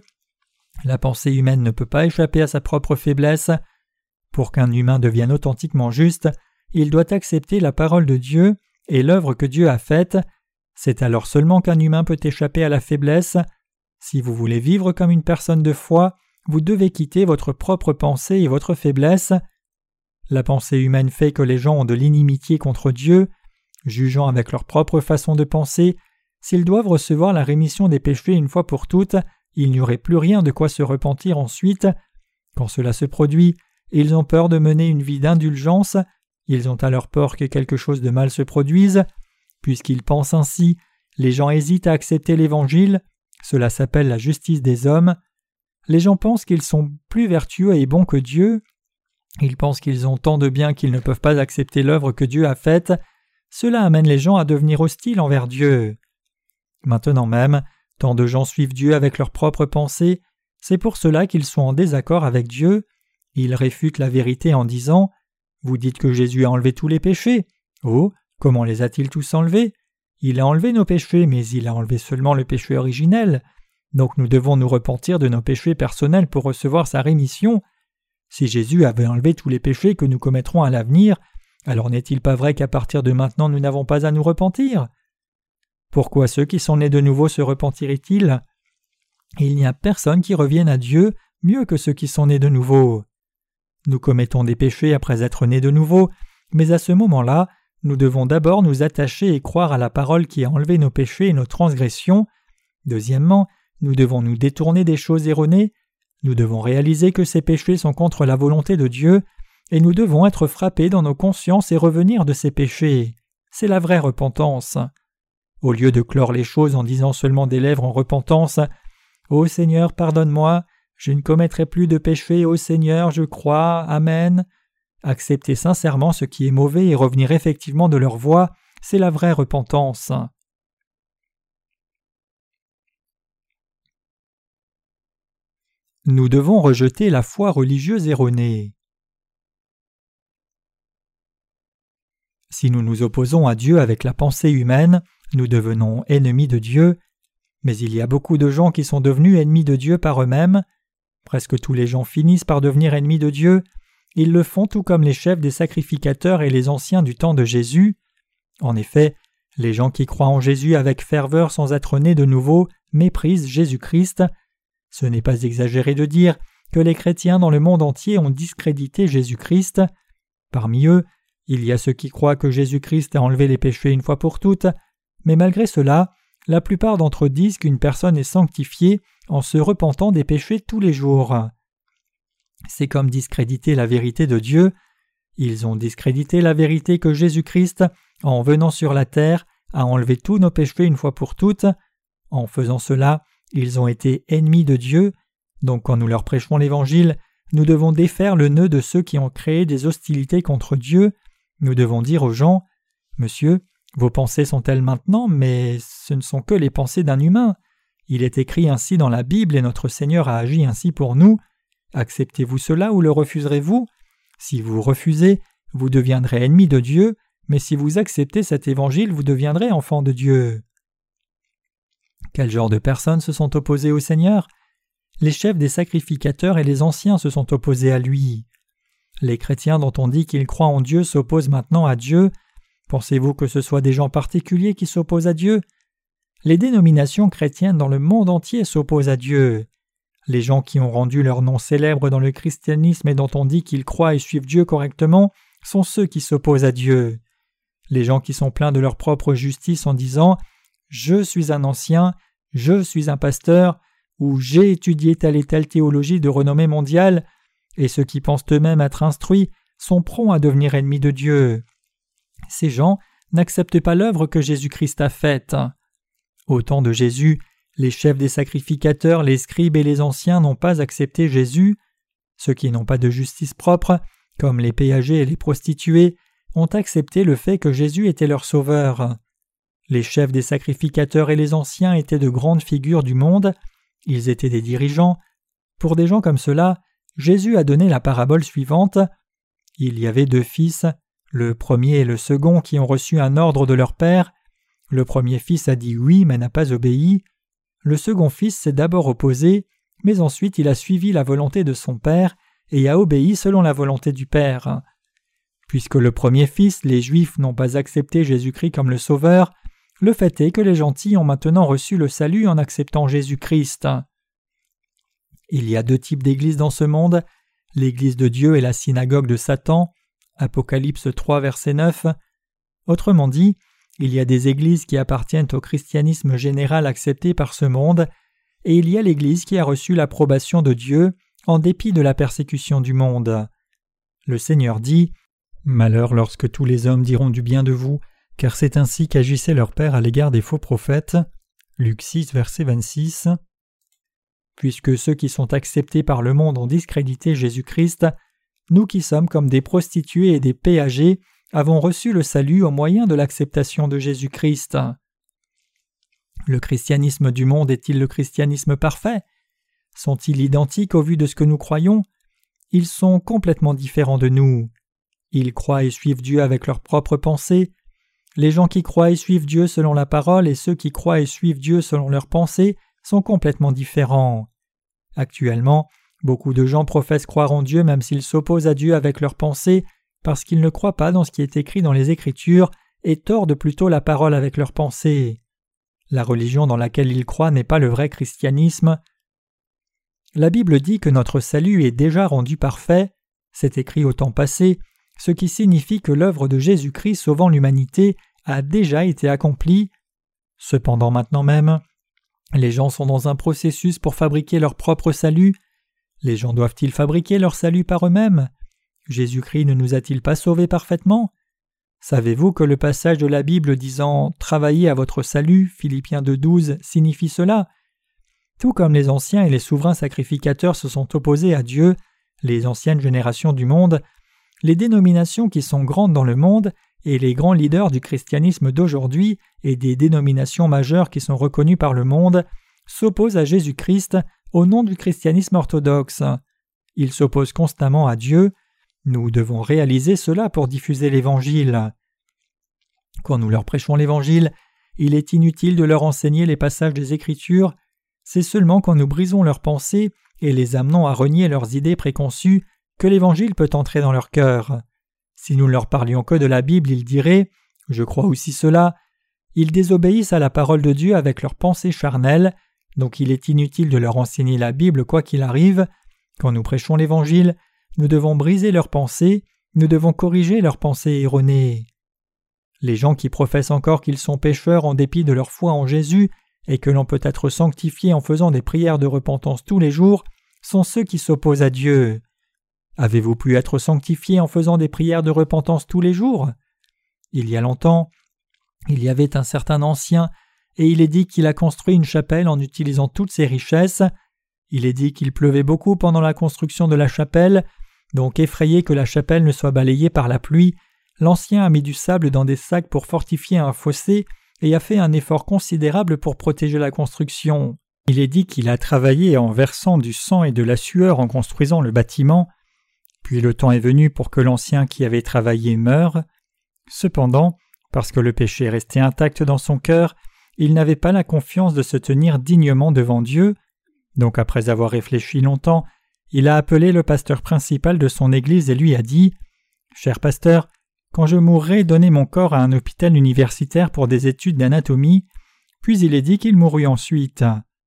La pensée humaine ne peut pas échapper à sa propre faiblesse. Pour qu'un humain devienne authentiquement juste, il doit accepter la parole de Dieu et l'œuvre que Dieu a faite. C'est alors seulement qu'un humain peut échapper à la faiblesse. Si vous voulez vivre comme une personne de foi, vous devez quitter votre propre pensée et votre faiblesse. La pensée humaine fait que les gens ont de l'inimitié contre Dieu. Jugeant avec leur propre façon de penser, s'ils doivent recevoir la rémission des péchés une fois pour toutes, il n'y aurait plus rien de quoi se repentir ensuite. Quand cela se produit, ils ont peur de mener une vie d'indulgence, ils ont alors peur que quelque chose de mal se produise. Puisqu'ils pensent ainsi, les gens hésitent à accepter l'Évangile, cela s'appelle la justice des hommes. Les gens pensent qu'ils sont plus vertueux et bons que Dieu. Ils pensent qu'ils ont tant de bien qu'ils ne peuvent pas accepter l'œuvre que Dieu a faite. Cela amène les gens à devenir hostiles envers Dieu. Maintenant même, tant de gens suivent Dieu avec leurs propres pensées, c'est pour cela qu'ils sont en désaccord avec Dieu. Ils réfutent la vérité en disant « Vous dites que Jésus a enlevé tous les péchés. Oh, comment les a-t-il tous enlevés? Il a enlevé nos péchés, mais il a enlevé seulement le péché originel. Donc nous devons nous repentir de nos péchés personnels pour recevoir sa rémission. Si Jésus avait enlevé tous les péchés que nous commettrons à l'avenir, Alors n'est-il pas vrai qu'à partir de maintenant nous n'avons pas à nous repentir? Pourquoi ceux qui sont nés de nouveau se repentiraient-ils? Il n'y a personne qui revienne à Dieu mieux que ceux qui sont nés de nouveau. Nous commettons des péchés après être nés de nouveau, mais à ce moment-là, nous devons d'abord nous attacher et croire à la parole qui a enlevé nos péchés et nos transgressions. Deuxièmement, nous devons nous détourner des choses erronées. Nous devons réaliser que ces péchés sont contre la volonté de Dieu, et nous devons être frappés dans nos consciences et revenir de ces péchés. C'est la vraie repentance. Au lieu de clore les choses en disant seulement des lèvres en repentance, « Ô Seigneur, pardonne-moi, je ne commettrai plus de péché, ô Seigneur, je crois, Amen », accepter sincèrement ce qui est mauvais et revenir effectivement de leur voie, c'est la vraie repentance. Nous devons rejeter la foi religieuse erronée. Si nous nous opposons à Dieu avec la pensée humaine, nous devenons ennemis de Dieu. Mais il y a beaucoup de gens qui sont devenus ennemis de Dieu par eux-mêmes. Presque tous les gens finissent par devenir ennemis de Dieu. Ils le font tout comme les chefs des sacrificateurs et les anciens du temps de Jésus. En effet, les gens qui croient en Jésus avec ferveur sans être nés de nouveau méprisent Jésus-Christ. Ce n'est pas exagéré de dire que les chrétiens dans le monde entier ont discrédité Jésus-Christ. Parmi eux, il y a ceux qui croient que Jésus-Christ a enlevé les péchés une fois pour toutes, mais malgré cela, la plupart d'entre eux disent qu'une personne est sanctifiée en se repentant des péchés tous les jours. C'est comme discréditer la vérité de Dieu. Ils ont discrédité la vérité que Jésus-Christ, en venant sur la terre, a enlevé tous nos péchés une fois pour toutes. En faisant cela, ils ont été ennemis de Dieu. Donc quand nous leur prêchons l'Évangile, nous devons défaire le nœud de ceux qui ont créé des hostilités contre Dieu. Nous devons dire aux gens, « Monsieur, vos pensées sont-elles maintenant, mais ce ne sont que les pensées d'un humain. Il est écrit ainsi dans la Bible et notre Seigneur a agi ainsi pour nous. Acceptez-vous cela ou le refuserez-vous? Si vous refusez, vous deviendrez ennemi de Dieu, mais si vous acceptez cet évangile, vous deviendrez enfant de Dieu. » Quel genre de personnes se sont opposées au Seigneur? Les chefs des sacrificateurs et les anciens se sont opposés à lui. Les chrétiens dont on dit qu'ils croient en Dieu s'opposent maintenant à Dieu. Pensez-vous que ce soit des gens particuliers qui s'opposent à Dieu? Les dénominations chrétiennes dans le monde entier s'opposent à Dieu. Les gens qui ont rendu leur nom célèbre dans le christianisme et dont on dit qu'ils croient et suivent Dieu correctement sont ceux qui s'opposent à Dieu. Les gens qui sont pleins de leur propre justice en disant « Je suis un ancien, je suis un pasteur » ou « J'ai étudié telle et telle théologie de renommée mondiale » et ceux qui pensent eux-mêmes être instruits sont prompts à devenir ennemis de Dieu. Ces gens n'acceptent pas l'œuvre que Jésus-Christ a faite. Au temps de Jésus, les chefs des sacrificateurs, les scribes et les anciens n'ont pas accepté Jésus. Ceux qui n'ont pas de justice propre, comme les péagers et les prostituées, ont accepté le fait que Jésus était leur sauveur. Les chefs des sacrificateurs et les anciens étaient de grandes figures du monde. Ils étaient des dirigeants. Pour des gens comme cela, Jésus a donné la parabole suivante. Il y avait 2 fils, le premier et le second qui ont reçu un ordre de leur père. Le premier fils a dit oui mais n'a pas obéi. Le second fils s'est d'abord opposé, mais ensuite il a suivi la volonté de son père et a obéi selon la volonté du père. Puisque le premier fils, les Juifs, n'ont pas accepté Jésus-Christ comme le Sauveur, le fait est que les gentils ont maintenant reçu le salut en acceptant Jésus-Christ. Il y a 2 types d'églises dans ce monde, l'église de Dieu et la synagogue de Satan, Apocalypse 3, verset 9. Autrement dit, il y a des églises qui appartiennent au christianisme général accepté par ce monde, et il y a l'église qui a reçu l'approbation de Dieu en dépit de la persécution du monde. Le Seigneur dit « Malheur lorsque tous les hommes diront du bien de vous, car c'est ainsi qu'agissait leur Père à l'égard des faux prophètes. » Luc 6, verset 26. Puisque ceux qui sont acceptés par le monde ont discrédité Jésus-Christ, nous qui sommes comme des prostituées et des péagers avons reçu le salut au moyen de l'acceptation de Jésus-Christ. Le christianisme du monde est-il le christianisme parfait? Sont-ils identiques au vu de ce que nous croyons? Ils sont complètement différents de nous. Ils croient et suivent Dieu avec leurs propres pensées. Les gens qui croient et suivent Dieu selon la parole et ceux qui croient et suivent Dieu selon leurs pensées sont complètement différents. Actuellement, beaucoup de gens professent croire en Dieu même s'ils s'opposent à Dieu avec leurs pensées parce qu'ils ne croient pas dans ce qui est écrit dans les Écritures et tordent plutôt la parole avec leurs pensées. La religion dans laquelle ils croient n'est pas le vrai christianisme. La Bible dit que notre salut est déjà rendu parfait, c'est écrit au temps passé, ce qui signifie que l'œuvre de Jésus-Christ sauvant l'humanité a déjà été accomplie. Cependant maintenant même, les gens sont dans un processus pour fabriquer leur propre salut. Les gens doivent-ils fabriquer leur salut par eux-mêmes? Jésus-Christ ne nous a-t-il pas sauvés parfaitement? Savez-vous que le passage de la Bible disant « Travaillez à votre salut » Philippiens 2,12 signifie cela? Tout comme les anciens et les souverains sacrificateurs se sont opposés à Dieu, les anciennes générations du monde, les dénominations qui sont grandes dans le monde et les grands leaders du christianisme d'aujourd'hui et des dénominations majeures qui sont reconnues par le monde s'opposent à Jésus-Christ au nom du christianisme orthodoxe. Ils s'opposent constamment à Dieu. Nous devons réaliser cela pour diffuser l'Évangile. Quand nous leur prêchons l'Évangile, il est inutile de leur enseigner les passages des Écritures. C'est seulement quand nous brisons leurs pensées et les amenons à renier leurs idées préconçues que l'Évangile peut entrer dans leur cœur. Si nous ne leur parlions que de la Bible, ils diraient « Je crois aussi cela ». Ils désobéissent à la parole de Dieu avec leurs pensées charnelles, donc il est inutile de leur enseigner la Bible quoi qu'il arrive. Quand nous prêchons l'Évangile, nous devons briser leurs pensées, nous devons corriger leurs pensées erronées. Les gens qui professent encore qu'ils sont pécheurs en dépit de leur foi en Jésus et que l'on peut être sanctifié en faisant des prières de repentance tous les jours sont ceux qui s'opposent à Dieu. Avez-vous pu être sanctifié en faisant des prières de repentance tous les jours? Il y a longtemps, il y avait un certain ancien et il est dit qu'il a construit une chapelle en utilisant toutes ses richesses. Il est dit qu'il pleuvait beaucoup pendant la construction de la chapelle, donc effrayé que la chapelle ne soit balayée par la pluie, l'ancien a mis du sable dans des sacs pour fortifier un fossé et a fait un effort considérable pour protéger la construction. Il est dit qu'il a travaillé en versant du sang et de la sueur en construisant le bâtiment. Puis le temps est venu pour que l'ancien qui avait travaillé meure. Cependant, parce que le péché restait intact dans son cœur, il n'avait pas la confiance de se tenir dignement devant Dieu. Donc après avoir réfléchi longtemps, il a appelé le pasteur principal de son église et lui a dit « Cher pasteur, quand je mourrai, donnez mon corps à un hôpital universitaire pour des études d'anatomie. » Puis il est dit qu'il mourut ensuite.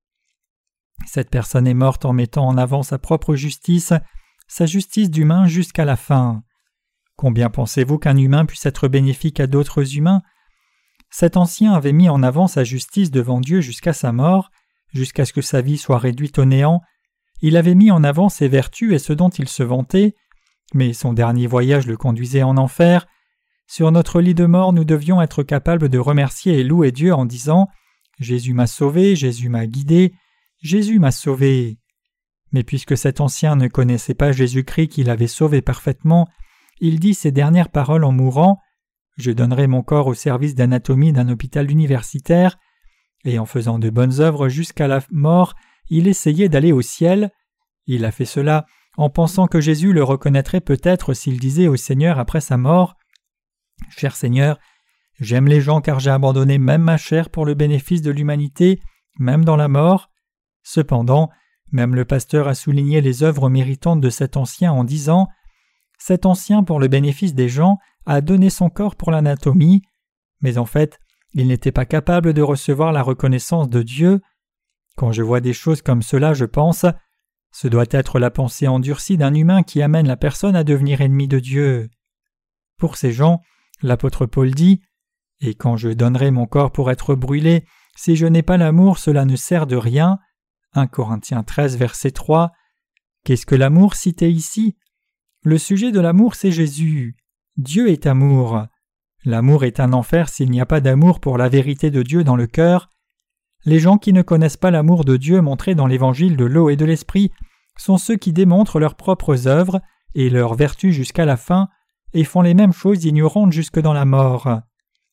Cette personne est morte en mettant en avant sa propre justice, sa justice d'humain jusqu'à la fin. Combien pensez-vous qu'un humain puisse être bénéfique à d'autres humains? Cet ancien avait mis en avant sa justice devant Dieu jusqu'à sa mort, jusqu'à ce que sa vie soit réduite au néant. Il avait mis en avant ses vertus et ce dont il se vantait, mais son dernier voyage le conduisait en enfer. Sur notre lit de mort, nous devions être capables de remercier et louer Dieu en disant « Jésus m'a sauvé, Jésus m'a guidé, Jésus m'a sauvé ». Mais puisque cet ancien ne connaissait pas Jésus-Christ qui l'avait sauvé parfaitement, il dit ces dernières paroles en mourant « Je donnerai mon corps au service d'anatomie d'un hôpital universitaire » et en faisant de bonnes œuvres jusqu'à la mort, il essayait d'aller au ciel. Il a fait cela en pensant que Jésus le reconnaîtrait peut-être s'il disait au Seigneur après sa mort « Cher Seigneur, j'aime les gens car j'ai abandonné même ma chair pour le bénéfice de l'humanité, même dans la mort. » Cependant, même le pasteur a souligné les œuvres méritantes de cet ancien en disant « Cet ancien, pour le bénéfice des gens, a donné son corps pour l'anatomie. » Mais en fait, il n'était pas capable de recevoir la reconnaissance de Dieu. Quand je vois des choses comme cela, je pense « Ce doit être la pensée endurcie d'un humain qui amène la personne à devenir ennemi de Dieu. » Pour ces gens, l'apôtre Paul dit « Et quand je donnerai mon corps pour être brûlé, si je n'ai pas l'amour, cela ne sert de rien. » 1 Corinthiens 13, verset 3. Qu'est-ce que l'amour cité ici? Le sujet de l'amour, c'est Jésus. Dieu est amour. L'amour est un enfer s'il n'y a pas d'amour pour la vérité de Dieu dans le cœur. Les gens qui ne connaissent pas l'amour de Dieu montré dans l'évangile de l'eau et de l'esprit sont ceux qui démontrent leurs propres œuvres et leurs vertus jusqu'à la fin et font les mêmes choses ignorantes jusque dans la mort.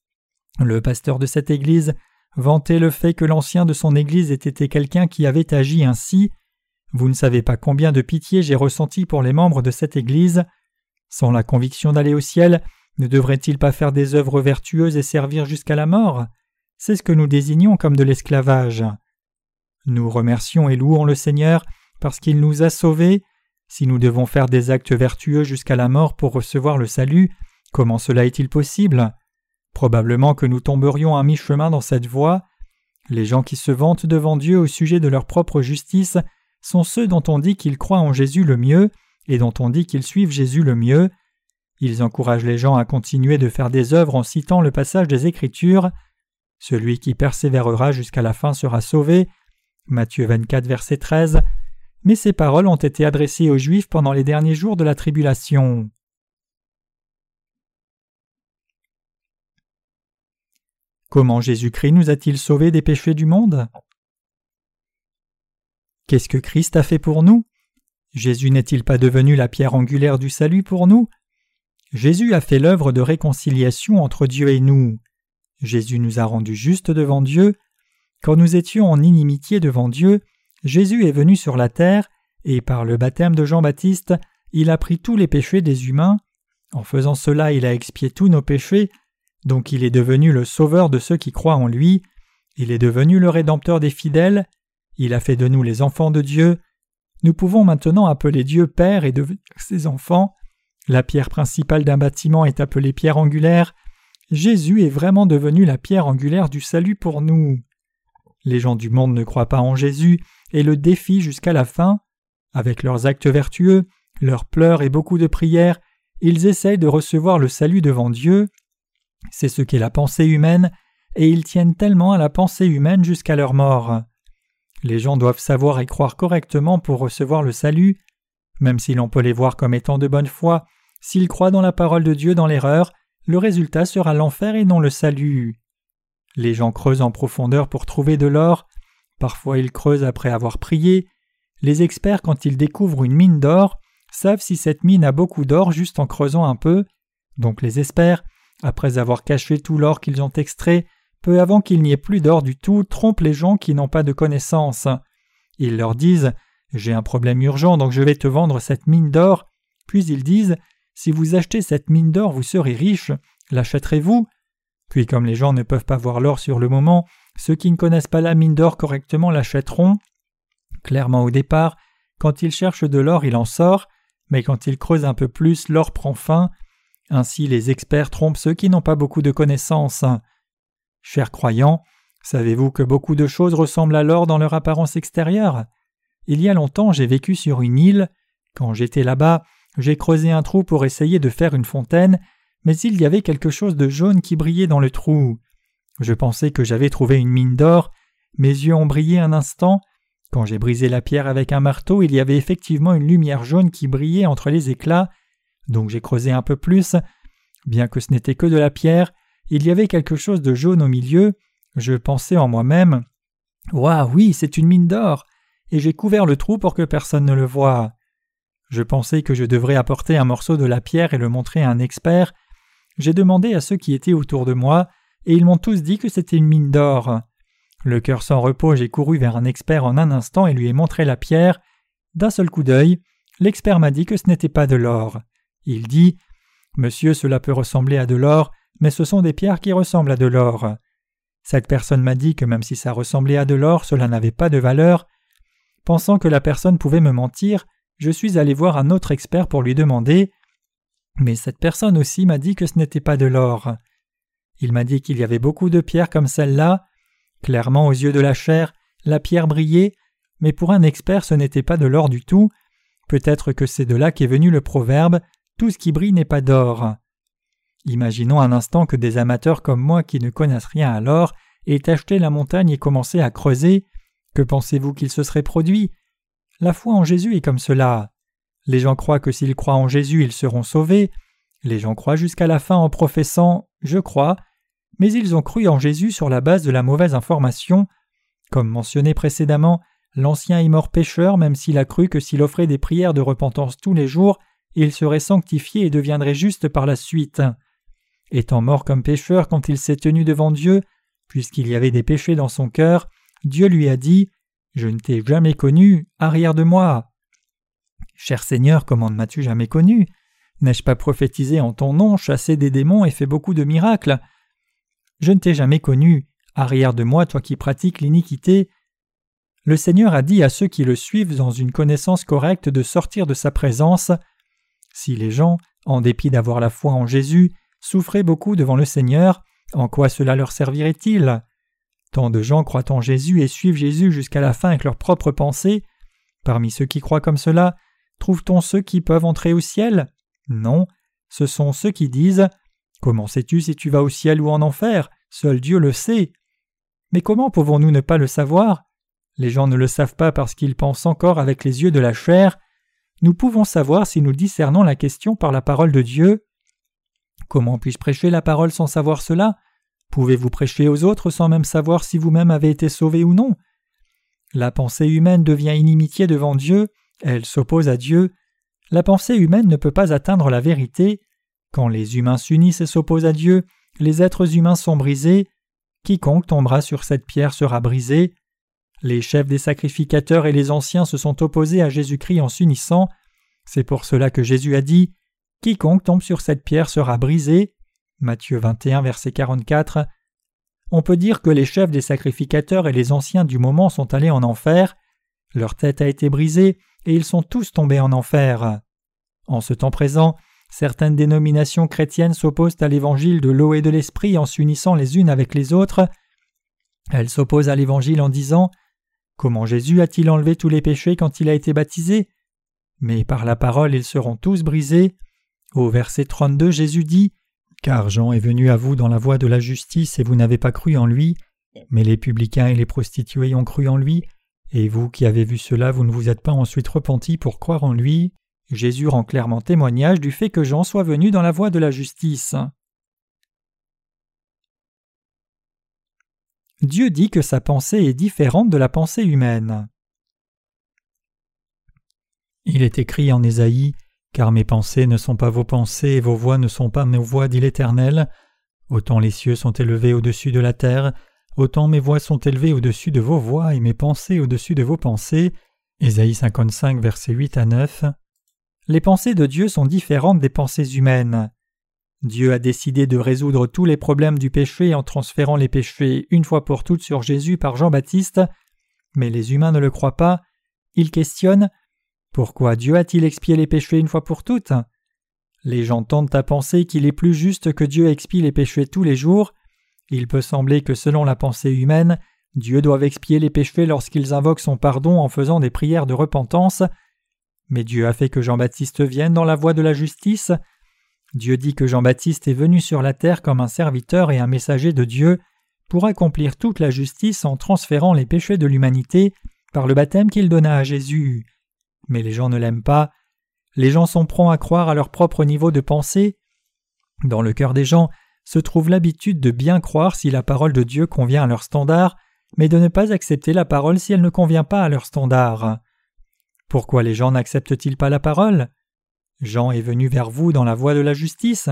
Le pasteur de cette église vantait le fait que l'ancien de son église ait été quelqu'un qui avait agi ainsi. Vous ne savez pas combien de pitié j'ai ressenti pour les membres de cette église. Sans la conviction d'aller au ciel, ne devrait-il pas faire des œuvres vertueuses et servir jusqu'à la mort? C'est ce que nous désignons comme de l'esclavage. Nous remercions et louons le Seigneur parce qu'il nous a sauvés. Si nous devons faire des actes vertueux jusqu'à la mort pour recevoir le salut, comment cela est-il possible ? Probablement que nous tomberions à mi-chemin dans cette voie. Les gens qui se vantent devant Dieu au sujet de leur propre justice sont ceux dont on dit qu'ils croient en Jésus le mieux et dont on dit qu'ils suivent Jésus le mieux. Ils encouragent les gens à continuer de faire des œuvres en citant le passage des Écritures. Celui qui persévérera jusqu'à la fin sera sauvé. Matthieu 24, verset 13. Mais ces paroles ont été adressées aux Juifs pendant les derniers jours de la tribulation. Comment Jésus-Christ nous a-t-il sauvés des péchés du monde ? Qu'est-ce que Christ a fait pour nous ? Jésus n'est-il pas devenu la pierre angulaire du salut pour nous ? Jésus a fait l'œuvre de réconciliation entre Dieu et nous. Jésus nous a rendus justes devant Dieu. Quand nous étions en inimitié devant Dieu, Jésus est venu sur la terre et par le baptême de Jean-Baptiste, il a pris tous les péchés des humains. En faisant cela, il a expié tous nos péchés. Donc il est devenu le sauveur de ceux qui croient en lui. Il est devenu le rédempteur des fidèles. Il a fait de nous les enfants de Dieu. Nous pouvons maintenant appeler Dieu Père et devenir ses enfants. La pierre principale d'un bâtiment est appelée pierre angulaire. Jésus est vraiment devenu la pierre angulaire du salut pour nous. Les gens du monde ne croient pas en Jésus et le défient jusqu'à la fin. Avec leurs actes vertueux, leurs pleurs et beaucoup de prières, ils essayent de recevoir le salut devant Dieu. C'est ce qu'est la pensée humaine, et ils tiennent tellement à la pensée humaine jusqu'à leur mort. Les gens doivent savoir et croire correctement pour recevoir le salut. Même si l'on peut les voir comme étant de bonne foi, s'ils croient dans la parole de Dieu dans l'erreur, le résultat sera l'enfer et non le salut. Les gens creusent en profondeur pour trouver de l'or. Parfois ils creusent après avoir prié. Les experts, quand ils découvrent une mine d'or, savent si cette mine a beaucoup d'or juste en creusant un peu. Donc les experts, après avoir caché tout l'or qu'ils ont extrait, peu avant qu'il n'y ait plus d'or du tout, trompent les gens qui n'ont pas de connaissances. Ils leur disent « J'ai un problème urgent, donc je vais te vendre cette mine d'or ». Puis ils disent « Si vous achetez cette mine d'or, vous serez riche. L'achèterez-vous » Puis comme les gens ne peuvent pas voir l'or sur le moment, ceux qui ne connaissent pas la mine d'or correctement l'achèteront. Clairement au départ, quand ils cherchent de l'or, il en sort, mais quand ils creusent un peu plus, l'or prend fin. Ainsi les experts trompent ceux qui n'ont pas beaucoup de connaissances. Chers croyants, savez-vous que beaucoup de choses ressemblent à l'or dans leur apparence extérieure ? Il y a longtemps, j'ai vécu sur une île. Quand j'étais là-bas, j'ai creusé un trou pour essayer de faire une fontaine, mais il y avait quelque chose de jaune qui brillait dans le trou. Je pensais que j'avais trouvé une mine d'or. Mes yeux ont brillé un instant. Quand j'ai brisé la pierre avec un marteau, il y avait effectivement une lumière jaune qui brillait entre les éclats. Donc j'ai creusé un peu plus. Bien que ce n'était que de la pierre, il y avait quelque chose de jaune au milieu. Je pensais en moi-même « Waouh, oui, c'est une mine d'or !» et j'ai couvert le trou pour que personne ne le voie. Je pensais que je devrais apporter un morceau de la pierre et le montrer à un expert. J'ai demandé à ceux qui étaient autour de moi, et ils m'ont tous dit que c'était une mine d'or. Le cœur sans repos, j'ai couru vers un expert en un instant et lui ai montré la pierre. D'un seul coup d'œil, l'expert m'a dit que ce n'était pas de l'or. Il dit « Monsieur, cela peut ressembler à de l'or, mais ce sont des pierres qui ressemblent à de l'or. » Cette personne m'a dit que même si ça ressemblait à de l'or, cela n'avait pas de valeur. Pensant que la personne pouvait me mentir, je suis allé voir un autre expert pour lui demander. Mais cette personne aussi m'a dit que ce n'était pas de l'or. Il m'a dit qu'il y avait beaucoup de pierres comme celle-là. Clairement, aux yeux de la chair, la pierre brillait, mais pour un expert ce n'était pas de l'or du tout. Peut-être que c'est de là qu'est venu le proverbe « Tout ce qui brille n'est pas d'or ». Imaginons un instant que des amateurs comme moi qui ne connaissent rien à l'or aient acheté la montagne et commencé à creuser. Que pensez-vous qu'il se serait produit ? La foi en Jésus est comme cela. Les gens croient que s'ils croient en Jésus, ils seront sauvés. Les gens croient jusqu'à la fin en professant « Je crois », mais ils ont cru en Jésus sur la base de la mauvaise information. Comme mentionné précédemment, l'ancien est mort pécheur même s'il a cru que s'il offrait des prières de repentance tous les jours, il serait sanctifié et deviendrait juste par la suite. Étant mort comme pécheur quand il s'est tenu devant Dieu, puisqu'il y avait des péchés dans son cœur, Dieu lui a dit « Je ne t'ai jamais connu, arrière de moi !» Cher Seigneur, comment ne m'as-tu jamais connu ? N'ai-je pas prophétisé en ton nom, chassé des démons et fait beaucoup de miracles ? Je ne t'ai jamais connu, arrière de moi, toi qui pratiques l'iniquité. le Seigneur a dit à ceux qui le suivent dans une connaissance correcte de sortir de sa présence. Si les gens, en dépit d'avoir la foi en Jésus, souffraient beaucoup devant le Seigneur, en quoi cela leur servirait-il? Tant de gens croient en Jésus et suivent Jésus jusqu'à la fin avec leurs propres pensées. Parmi ceux qui croient comme cela, trouve-t-on ceux qui peuvent entrer au ciel? Non, ce sont ceux qui disent « Comment sais-tu si tu vas au ciel ou en enfer? Seul Dieu le sait. » Mais comment pouvons-nous ne pas le savoir? Les gens ne le savent pas parce qu'ils pensent encore avec les yeux de la chair. Nous pouvons savoir si nous discernons la question par la parole de Dieu. Comment puis-je prêcher la parole sans savoir cela? Pouvez-vous prêcher aux autres sans même savoir si vous-même avez été sauvé ou non? La pensée humaine devient inimitié devant Dieu, elle s'oppose à Dieu. La pensée humaine ne peut pas atteindre la vérité. Quand les humains s'unissent et s'opposent à Dieu, les êtres humains sont brisés. Quiconque tombera sur cette pierre sera brisé. Les chefs des sacrificateurs et les anciens se sont opposés à Jésus-Christ en s'unissant. C'est pour cela que Jésus a dit « Quiconque tombe sur cette pierre sera brisé » Matthieu 21, verset 44. On peut dire que les chefs des sacrificateurs et les anciens du moment sont allés en enfer. Leur tête a été brisée et ils sont tous tombés en enfer. En ce temps présent, certaines dénominations chrétiennes s'opposent à l'évangile de l'eau et de l'esprit en s'unissant les unes avec les autres. Elles s'opposent à l'évangile en disant « Comment Jésus a-t-il enlevé tous les péchés quand il a été baptisé ?» Mais par la parole ils seront tous brisés. Au verset 32, Jésus dit « Car Jean est venu à vous dans la voie de la justice et vous n'avez pas cru en lui, mais les publicains et les prostituées ont cru en lui, et vous qui avez vu cela, vous ne vous êtes pas ensuite repentis pour croire en lui. » Jésus rend clairement témoignage du fait que Jean soit venu dans la voie de la justice. Dieu dit que sa pensée est différente de la pensée humaine. Il est écrit en Ésaïe « Car mes pensées ne sont pas vos pensées et vos voix ne sont pas mes voix, dit l'Éternel. Autant les cieux sont élevés au-dessus de la terre, autant mes voix sont élevées au-dessus de vos voix et mes pensées au-dessus de vos pensées. » Ésaïe 55, versets 8 à 9. Les pensées de Dieu sont différentes des pensées humaines. Dieu a décidé de résoudre tous les problèmes du péché en transférant les péchés une fois pour toutes sur Jésus par Jean-Baptiste, mais les humains ne le croient pas. Ils questionnent « Pourquoi Dieu a-t-il expié les péchés une fois pour toutes ?» Les gens tendent à penser qu'il est plus juste que Dieu expie les péchés tous les jours. Il peut sembler que selon la pensée humaine, Dieu doit expier les péchés lorsqu'ils invoquent son pardon en faisant des prières de repentance. Mais Dieu a fait que Jean-Baptiste vienne dans la voie de la justice. Dieu dit que Jean-Baptiste est venu sur la terre comme un serviteur et un messager de Dieu pour accomplir toute la justice en transférant les péchés de l'humanité par le baptême qu'il donna à Jésus. Mais les gens ne l'aiment pas. Les gens sont prompts à croire à leur propre niveau de pensée. Dans le cœur des gens se trouve l'habitude de bien croire si la parole de Dieu convient à leur standard, mais de ne pas accepter la parole si elle ne convient pas à leur standard. Pourquoi les gens n'acceptent-ils pas la parole? Jean est venu vers vous dans la voie de la justice.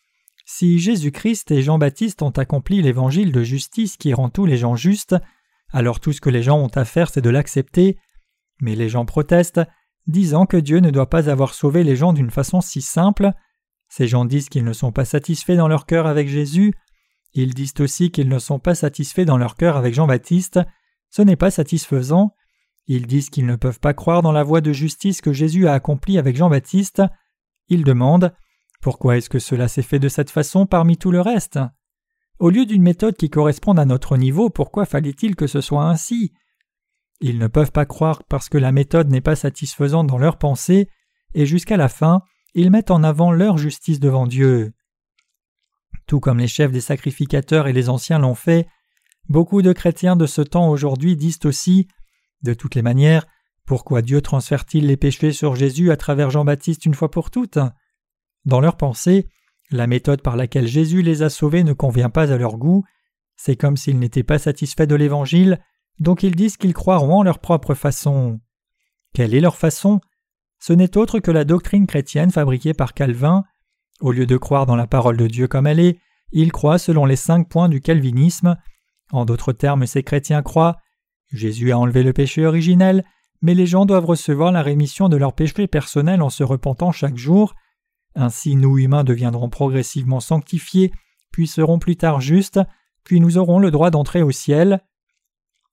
Si Jésus-Christ et Jean-Baptiste ont accompli l'évangile de justice qui rend tous les gens justes, alors tout ce que les gens ont à faire c'est de l'accepter. Mais les gens protestent, disant que Dieu ne doit pas avoir sauvé les gens d'une façon si simple. Ces gens disent qu'ils ne sont pas satisfaits dans leur cœur avec Jésus. Ils disent aussi qu'ils ne sont pas satisfaits dans leur cœur avec Jean-Baptiste. Ce n'est pas satisfaisant. Ils disent qu'ils ne peuvent pas croire dans la voie de justice que Jésus a accomplie avec Jean-Baptiste. Ils demandent « Pourquoi est-ce que cela s'est fait de cette façon parmi tout le reste ?» Au lieu d'une méthode qui corresponde à notre niveau, pourquoi fallait-il que ce soit ainsi? Ils ne peuvent pas croire parce que la méthode n'est pas satisfaisante dans leurs pensées, et jusqu'à la fin, ils mettent en avant leur justice devant Dieu. Tout comme les chefs des sacrificateurs et les anciens l'ont fait, beaucoup de chrétiens de ce temps aujourd'hui disent aussi « De toutes les manières, pourquoi Dieu transfère-t-il les péchés sur Jésus à travers Jean-Baptiste une fois pour toutes ?» Dans leur pensée, la méthode par laquelle Jésus les a sauvés ne convient pas à leur goût. C'est comme s'ils n'étaient pas satisfaits de l'Évangile, donc ils disent qu'ils croiront en leur propre façon. Quelle est leur façon? Ce n'est autre que la doctrine chrétienne fabriquée par Calvin. Au lieu de croire dans la parole de Dieu comme elle est, ils croient selon les 5 points du calvinisme. En d'autres termes, ces chrétiens croient « Jésus a enlevé le péché originel, mais les gens doivent recevoir la rémission de leurs péchés personnels en se repentant chaque jour. Ainsi nous humains deviendrons progressivement sanctifiés, puis serons plus tard justes, puis nous aurons le droit d'entrer au ciel. »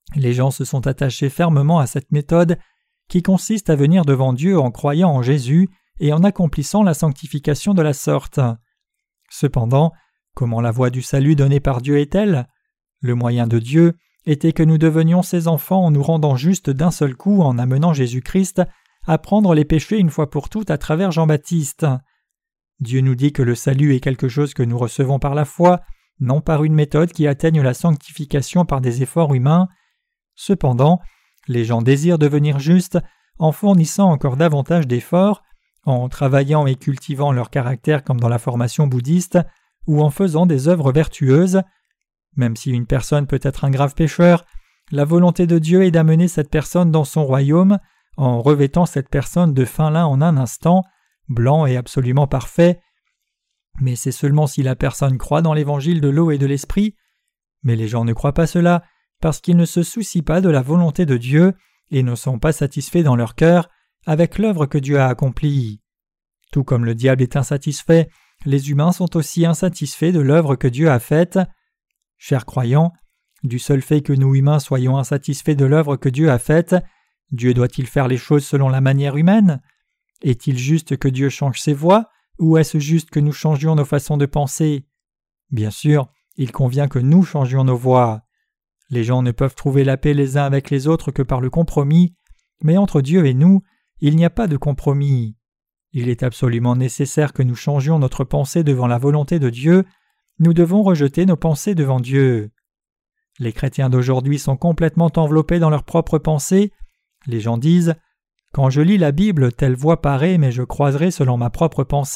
Les gens se sont attachés fermement à cette méthode qui consiste à venir devant Dieu en croyant en Jésus et en accomplissant la sanctification de la sorte. Cependant, comment la voie du salut donnée par Dieu est-elle ? Le moyen de Dieu était que nous devenions ses enfants en nous rendant justes d'un seul coup en amenant Jésus-Christ à prendre les péchés une fois pour toutes à travers Jean-Baptiste. Dieu nous dit que le salut est quelque chose que nous recevons par la foi, non par une méthode qui atteigne la sanctification par des efforts humains. Cependant, les gens désirent devenir justes en fournissant encore davantage d'efforts, en travaillant et cultivant leur caractère comme dans la formation bouddhiste, ou en faisant des œuvres vertueuses. Même si une personne peut être un grave pécheur, la volonté de Dieu est d'amener cette personne dans son royaume en revêtant cette personne de fin lin en un instant, blanc et absolument parfait. Mais c'est seulement si la personne croit dans l'évangile de l'eau et de l'esprit. Mais les gens ne croient pas cela parce qu'ils ne se soucient pas de la volonté de Dieu et ne sont pas satisfaits dans leur cœur avec l'œuvre que Dieu a accomplie. Tout comme le diable est insatisfait, les humains sont aussi insatisfaits de l'œuvre que Dieu a faite. Chers croyants, du seul fait que nous humains soyons insatisfaits de l'œuvre que Dieu a faite, Dieu doit-il faire les choses selon la manière humaine ? Est-il juste que Dieu change ses voies, ou est-ce juste que nous changions nos façons de penser ? Bien sûr, il convient que nous changions nos voies. Les gens ne peuvent trouver la paix les uns avec les autres que par le compromis, mais entre Dieu et nous, il n'y a pas de compromis. Il est absolument nécessaire que nous changions notre pensée devant la volonté de Dieu. Nous devons rejeter nos pensées devant Dieu. Les chrétiens d'aujourd'hui sont complètement enveloppés dans leurs propres pensées. Les gens disent « Quand je lis la Bible, telle voie paraît, mais je croiserai selon ma propre pensée »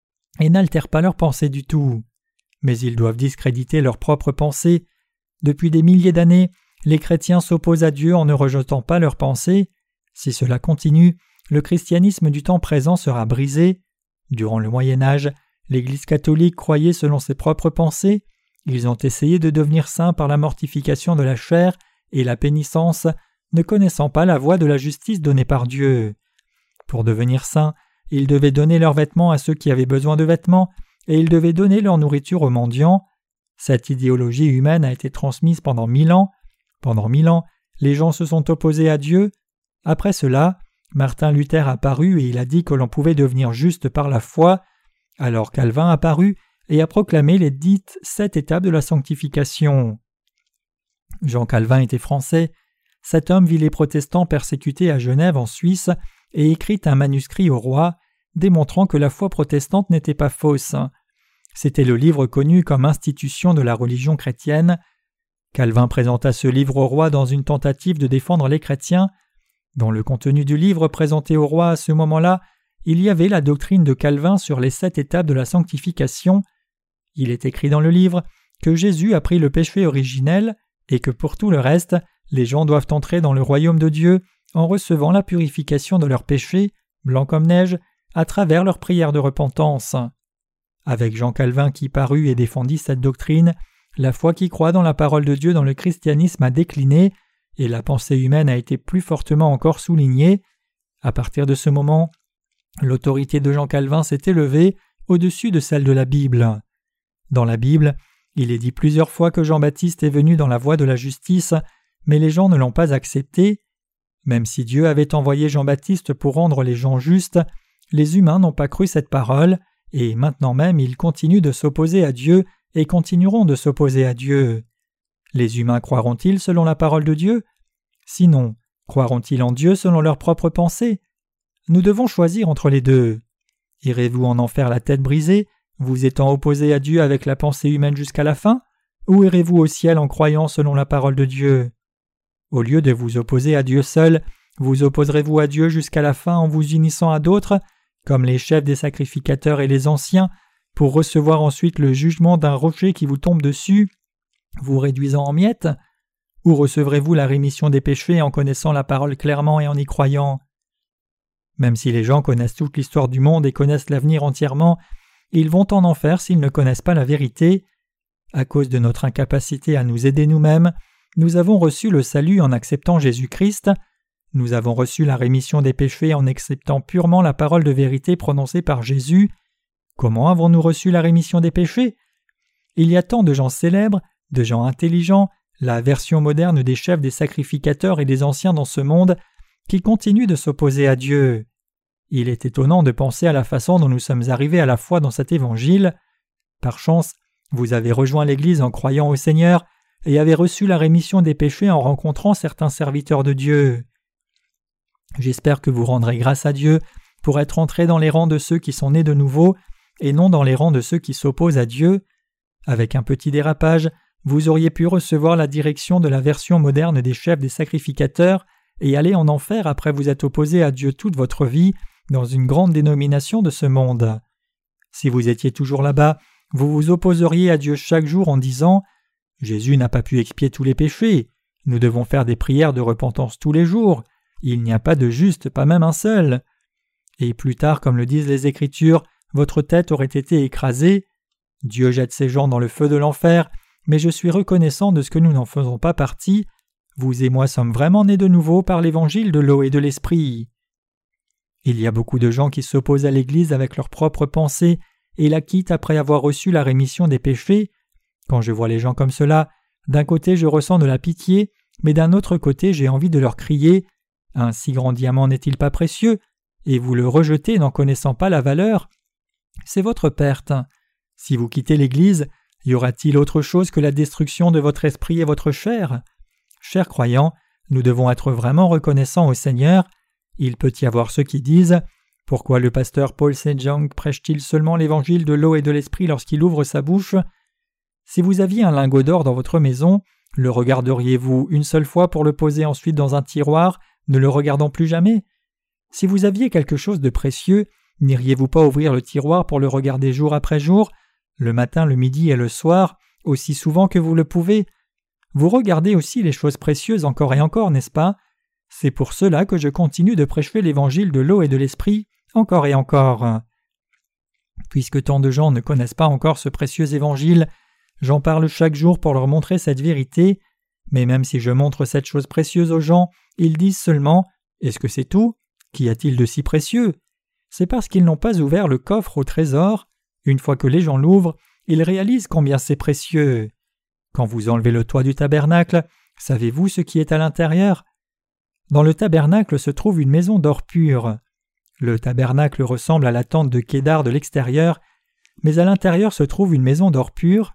et n'altèrent pas leurs pensées du tout. Mais ils doivent discréditer leurs propres pensées. Depuis des milliers d'années, les chrétiens s'opposent à Dieu en ne rejetant pas leurs pensées. Si cela continue, le christianisme du temps présent sera brisé. Durant le Moyen Âge, l'Église catholique croyait selon ses propres pensées. Ils ont essayé de devenir saints par la mortification de la chair et la pénitence, ne connaissant pas la voie de la justice donnée par Dieu. Pour devenir saints, ils devaient donner leurs vêtements à ceux qui avaient besoin de vêtements, et ils devaient donner leur nourriture aux mendiants. Cette idéologie humaine a été transmise pendant 1000 ans. Pendant 1000 ans, les gens se sont opposés à Dieu. Après cela, Martin Luther apparut et il a dit que l'on pouvait devenir juste par la foi. Alors Calvin apparut et a proclamé les dites 7 étapes de la sanctification. Jean Calvin était français. Cet homme vit les protestants persécutés à Genève en Suisse et écrit un manuscrit au roi, démontrant que la foi protestante n'était pas fausse. C'était le livre connu comme institution de la religion chrétienne. Calvin présenta ce livre au roi dans une tentative de défendre les chrétiens. Dans le contenu du livre présenté au roi à ce moment-là, il y avait la doctrine de Calvin sur les 7 étapes de la sanctification. Il est écrit dans le livre que Jésus a pris le péché originel et que pour tout le reste, les gens doivent entrer dans le royaume de Dieu en recevant la purification de leurs péchés, blancs comme neige, à travers leur prière de repentance. Avec Jean Calvin qui parut et défendit cette doctrine, la foi qui croit dans la parole de Dieu dans le christianisme a décliné et la pensée humaine a été plus fortement encore soulignée. À partir de ce moment, l'autorité de Jean Calvin s'est élevée au-dessus de celle de la Bible. Dans la Bible, il est dit plusieurs fois que Jean-Baptiste est venu dans la voie de la justice, mais les gens ne l'ont pas accepté. Même si Dieu avait envoyé Jean-Baptiste pour rendre les gens justes, les humains n'ont pas cru cette parole, et maintenant même ils continuent de s'opposer à Dieu et continueront de s'opposer à Dieu. Les humains croiront-ils selon la parole de Dieu ? Sinon, croiront-ils en Dieu selon leurs propres pensées ? Nous devons choisir entre les deux. Irez-vous en enfer la tête brisée, vous étant opposé à Dieu avec la pensée humaine jusqu'à la fin, ou irez-vous au ciel en croyant selon la parole de Dieu ? Au lieu de vous opposer à Dieu seul, vous opposerez-vous à Dieu jusqu'à la fin en vous unissant à d'autres, comme les chefs des sacrificateurs et les anciens, pour recevoir ensuite le jugement d'un rocher qui vous tombe dessus, vous réduisant en miettes ? Ou recevrez-vous la rémission des péchés en connaissant la parole clairement et en y croyant ? Même si les gens connaissent toute l'histoire du monde et connaissent l'avenir entièrement, ils vont en enfer s'ils ne connaissent pas la vérité. À cause de notre incapacité à nous aider nous-mêmes, nous avons reçu le salut en acceptant Jésus-Christ. Nous avons reçu la rémission des péchés en acceptant purement la parole de vérité prononcée par Jésus. Comment avons-nous reçu la rémission des péchés ? Il y a tant de gens célèbres, de gens intelligents, la version moderne des chefs des sacrificateurs et des anciens dans ce monde qui continuent de s'opposer à Dieu. Il est étonnant de penser à la façon dont nous sommes arrivés à la foi dans cet évangile. Par chance, vous avez rejoint l'Église en croyant au Seigneur et avez reçu la rémission des péchés en rencontrant certains serviteurs de Dieu. J'espère que vous rendrez grâce à Dieu pour être entrés dans les rangs de ceux qui sont nés de nouveau et non dans les rangs de ceux qui s'opposent à Dieu. Avec un petit dérapage, vous auriez pu recevoir la direction de la version moderne des chefs des sacrificateurs et aller en enfer après vous être opposé à Dieu toute votre vie dans une grande dénomination de ce monde. Si vous étiez toujours là-bas, vous vous opposeriez à Dieu chaque jour en disant « Jésus n'a pas pu expier tous les péchés, nous devons faire des prières de repentance tous les jours, il n'y a pas de juste, pas même un seul. » Et plus tard, comme le disent les Écritures, votre tête aurait été écrasée. Dieu jette ces gens dans le feu de l'enfer, mais je suis reconnaissant de ce que nous n'en faisons pas partie. Vous et moi sommes vraiment nés de nouveau par l'évangile de l'eau et de l'esprit. Il y a beaucoup de gens qui s'opposent à l'Église avec leurs propres pensées et la quittent après avoir reçu la rémission des péchés. Quand je vois les gens comme cela, d'un côté je ressens de la pitié, mais d'un autre côté j'ai envie de leur crier « Un si grand diamant n'est-il pas précieux ? Et vous le rejetez n'en connaissant pas la valeur ? C'est votre perte. Si vous quittez l'Église, y aura-t-il autre chose que la destruction de votre esprit et votre chair ? Chers croyants, nous devons être vraiment reconnaissants au Seigneur. Il peut y avoir ceux qui disent « Pourquoi le pasteur Paul Sejong prêche-t-il seulement l'évangile de l'eau et de l'esprit lorsqu'il ouvre sa bouche ?» Si vous aviez un lingot d'or dans votre maison, le regarderiez-vous une seule fois pour le poser ensuite dans un tiroir, ne le regardant plus jamais ? Si vous aviez quelque chose de précieux, n'iriez-vous pas ouvrir le tiroir pour le regarder jour après jour, le matin, le midi et le soir, aussi souvent que vous le pouvez ? Vous regardez aussi les choses précieuses encore et encore, n'est-ce pas ? C'est pour cela que je continue de prêcher l'évangile de l'eau et de l'esprit encore et encore. Puisque tant de gens ne connaissent pas encore ce précieux évangile, j'en parle chaque jour pour leur montrer cette vérité, mais même si je montre cette chose précieuse aux gens, ils disent seulement « Est-ce que c'est tout ? Qu'y a-t-il de si précieux ?» C'est parce qu'ils n'ont pas ouvert le coffre au trésor. Une fois que les gens l'ouvrent, ils réalisent combien c'est précieux. Quand vous enlevez le toit du tabernacle, savez-vous ce qui est à l'intérieur ? Dans le tabernacle se trouve une maison d'or pur. Le tabernacle ressemble à la tente de Kédar de l'extérieur, mais à l'intérieur se trouve une maison d'or pur.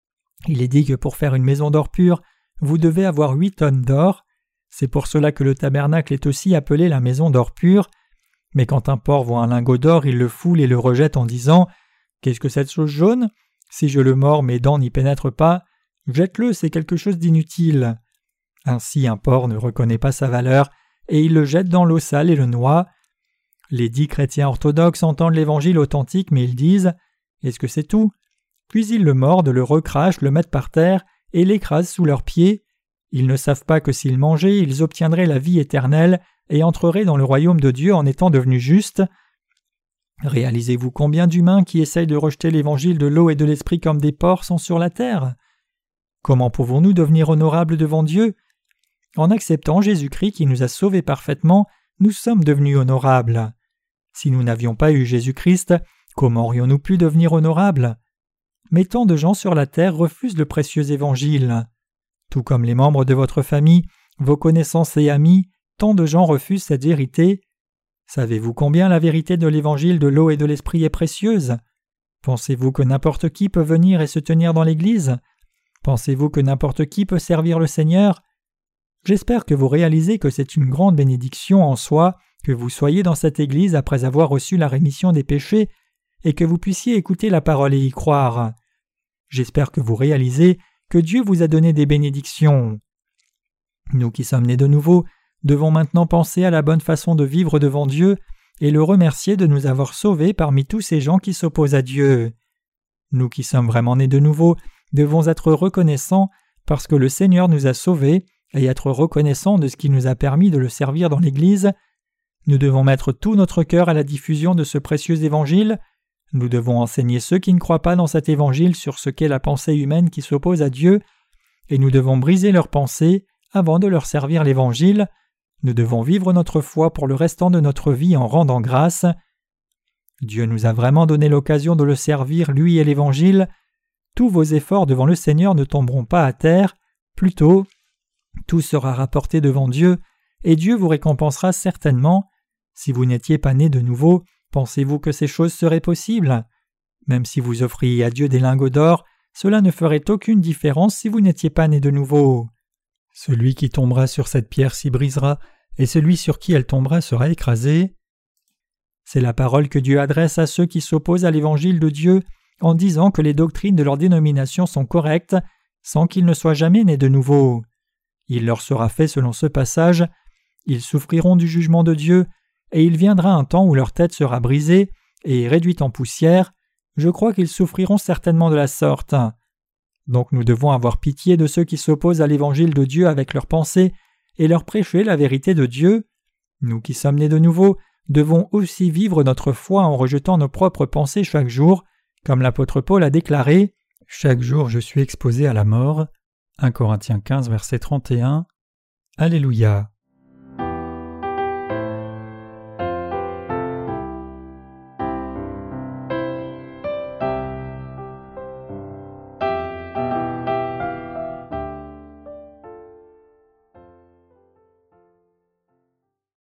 Il est dit que pour faire une maison d'or pur, vous devez avoir 8 tonnes d'or. C'est pour cela que le tabernacle est aussi appelé la maison d'or pur. Mais quand un porc voit un lingot d'or, il le foule et le rejette en disant « Qu'est-ce que cette chose jaune ? Si je le mords, mes dents n'y pénètrent pas. Jette-le, c'est quelque chose d'inutile. » Ainsi un porc ne reconnaît pas sa valeur et il le jette dans l'eau sale et le noie. Les 10 chrétiens orthodoxes entendent l'évangile authentique mais ils disent « Est-ce que c'est tout ?» Puis ils le mordent, le recrachent, le mettent par terre et l'écrasent sous leurs pieds. Ils ne savent pas que s'ils mangeaient, ils obtiendraient la vie éternelle et entreraient dans le royaume de Dieu en étant devenus justes. Réalisez-vous combien d'humains qui essayent de rejeter l'évangile de l'eau et de l'esprit comme des porcs sont sur la terre ? Comment pouvons-nous devenir honorables devant Dieu ? En acceptant Jésus-Christ qui nous a sauvés parfaitement, nous sommes devenus honorables. Si nous n'avions pas eu Jésus-Christ, comment aurions-nous pu devenir honorables ? Mais tant de gens sur la terre refusent le précieux évangile. Tout comme les membres de votre famille, vos connaissances et amis, tant de gens refusent cette vérité. Savez-vous combien la vérité de l'évangile de l'eau et de l'esprit est précieuse ? Pensez-vous que n'importe qui peut venir et se tenir dans l'Église ? Pensez-vous que n'importe qui peut servir le Seigneur ? J'espère que vous réalisez que c'est une grande bénédiction en soi que vous soyez dans cette Église après avoir reçu la rémission des péchés et que vous puissiez écouter la parole et y croire. J'espère que vous réalisez que Dieu vous a donné des bénédictions. Nous qui sommes nés de nouveau devons maintenant penser à la bonne façon de vivre devant Dieu et le remercier de nous avoir sauvés parmi tous ces gens qui s'opposent à Dieu. Nous qui sommes vraiment nés de nouveau devons être reconnaissants parce que le Seigneur nous a sauvés et être reconnaissants de ce qui nous a permis de le servir dans l'Église. Nous devons mettre tout notre cœur à la diffusion de ce précieux évangile. Nous devons enseigner ceux qui ne croient pas dans cet évangile sur ce qu'est la pensée humaine qui s'oppose à Dieu, et nous devons briser leurs pensées avant de leur servir l'évangile. Nous devons vivre notre foi pour le restant de notre vie en rendant grâce. Dieu nous a vraiment donné l'occasion de le servir, lui et l'évangile. Tous vos efforts devant le Seigneur ne tomberont pas à terre. Plutôt, tout sera rapporté devant Dieu, et Dieu vous récompensera certainement. Si vous n'étiez pas né de nouveau, pensez-vous que ces choses seraient possibles? Même si vous offriez à Dieu des lingots d'or, cela ne ferait aucune différence si vous n'étiez pas né de nouveau. Celui qui tombera sur cette pierre s'y brisera, et celui sur qui elle tombera sera écrasé. C'est la parole que Dieu adresse à ceux qui s'opposent à l'évangile de Dieu en disant que les doctrines de leur dénomination sont correctes sans qu'ils ne soient jamais nés de nouveau. Il leur sera fait selon ce passage, ils souffriront du jugement de Dieu, et il viendra un temps où leur tête sera brisée et réduite en poussière. Je crois qu'ils souffriront certainement de la sorte. Donc nous devons avoir pitié de ceux qui s'opposent à l'évangile de Dieu avec leurs pensées et leur prêcher la vérité de Dieu. Nous qui sommes nés de nouveau devons aussi vivre notre foi en rejetant nos propres pensées chaque jour, comme l'apôtre Paul a déclaré « Chaque jour je suis exposé à la mort » 1 Corinthiens 15, verset 31. Alléluia.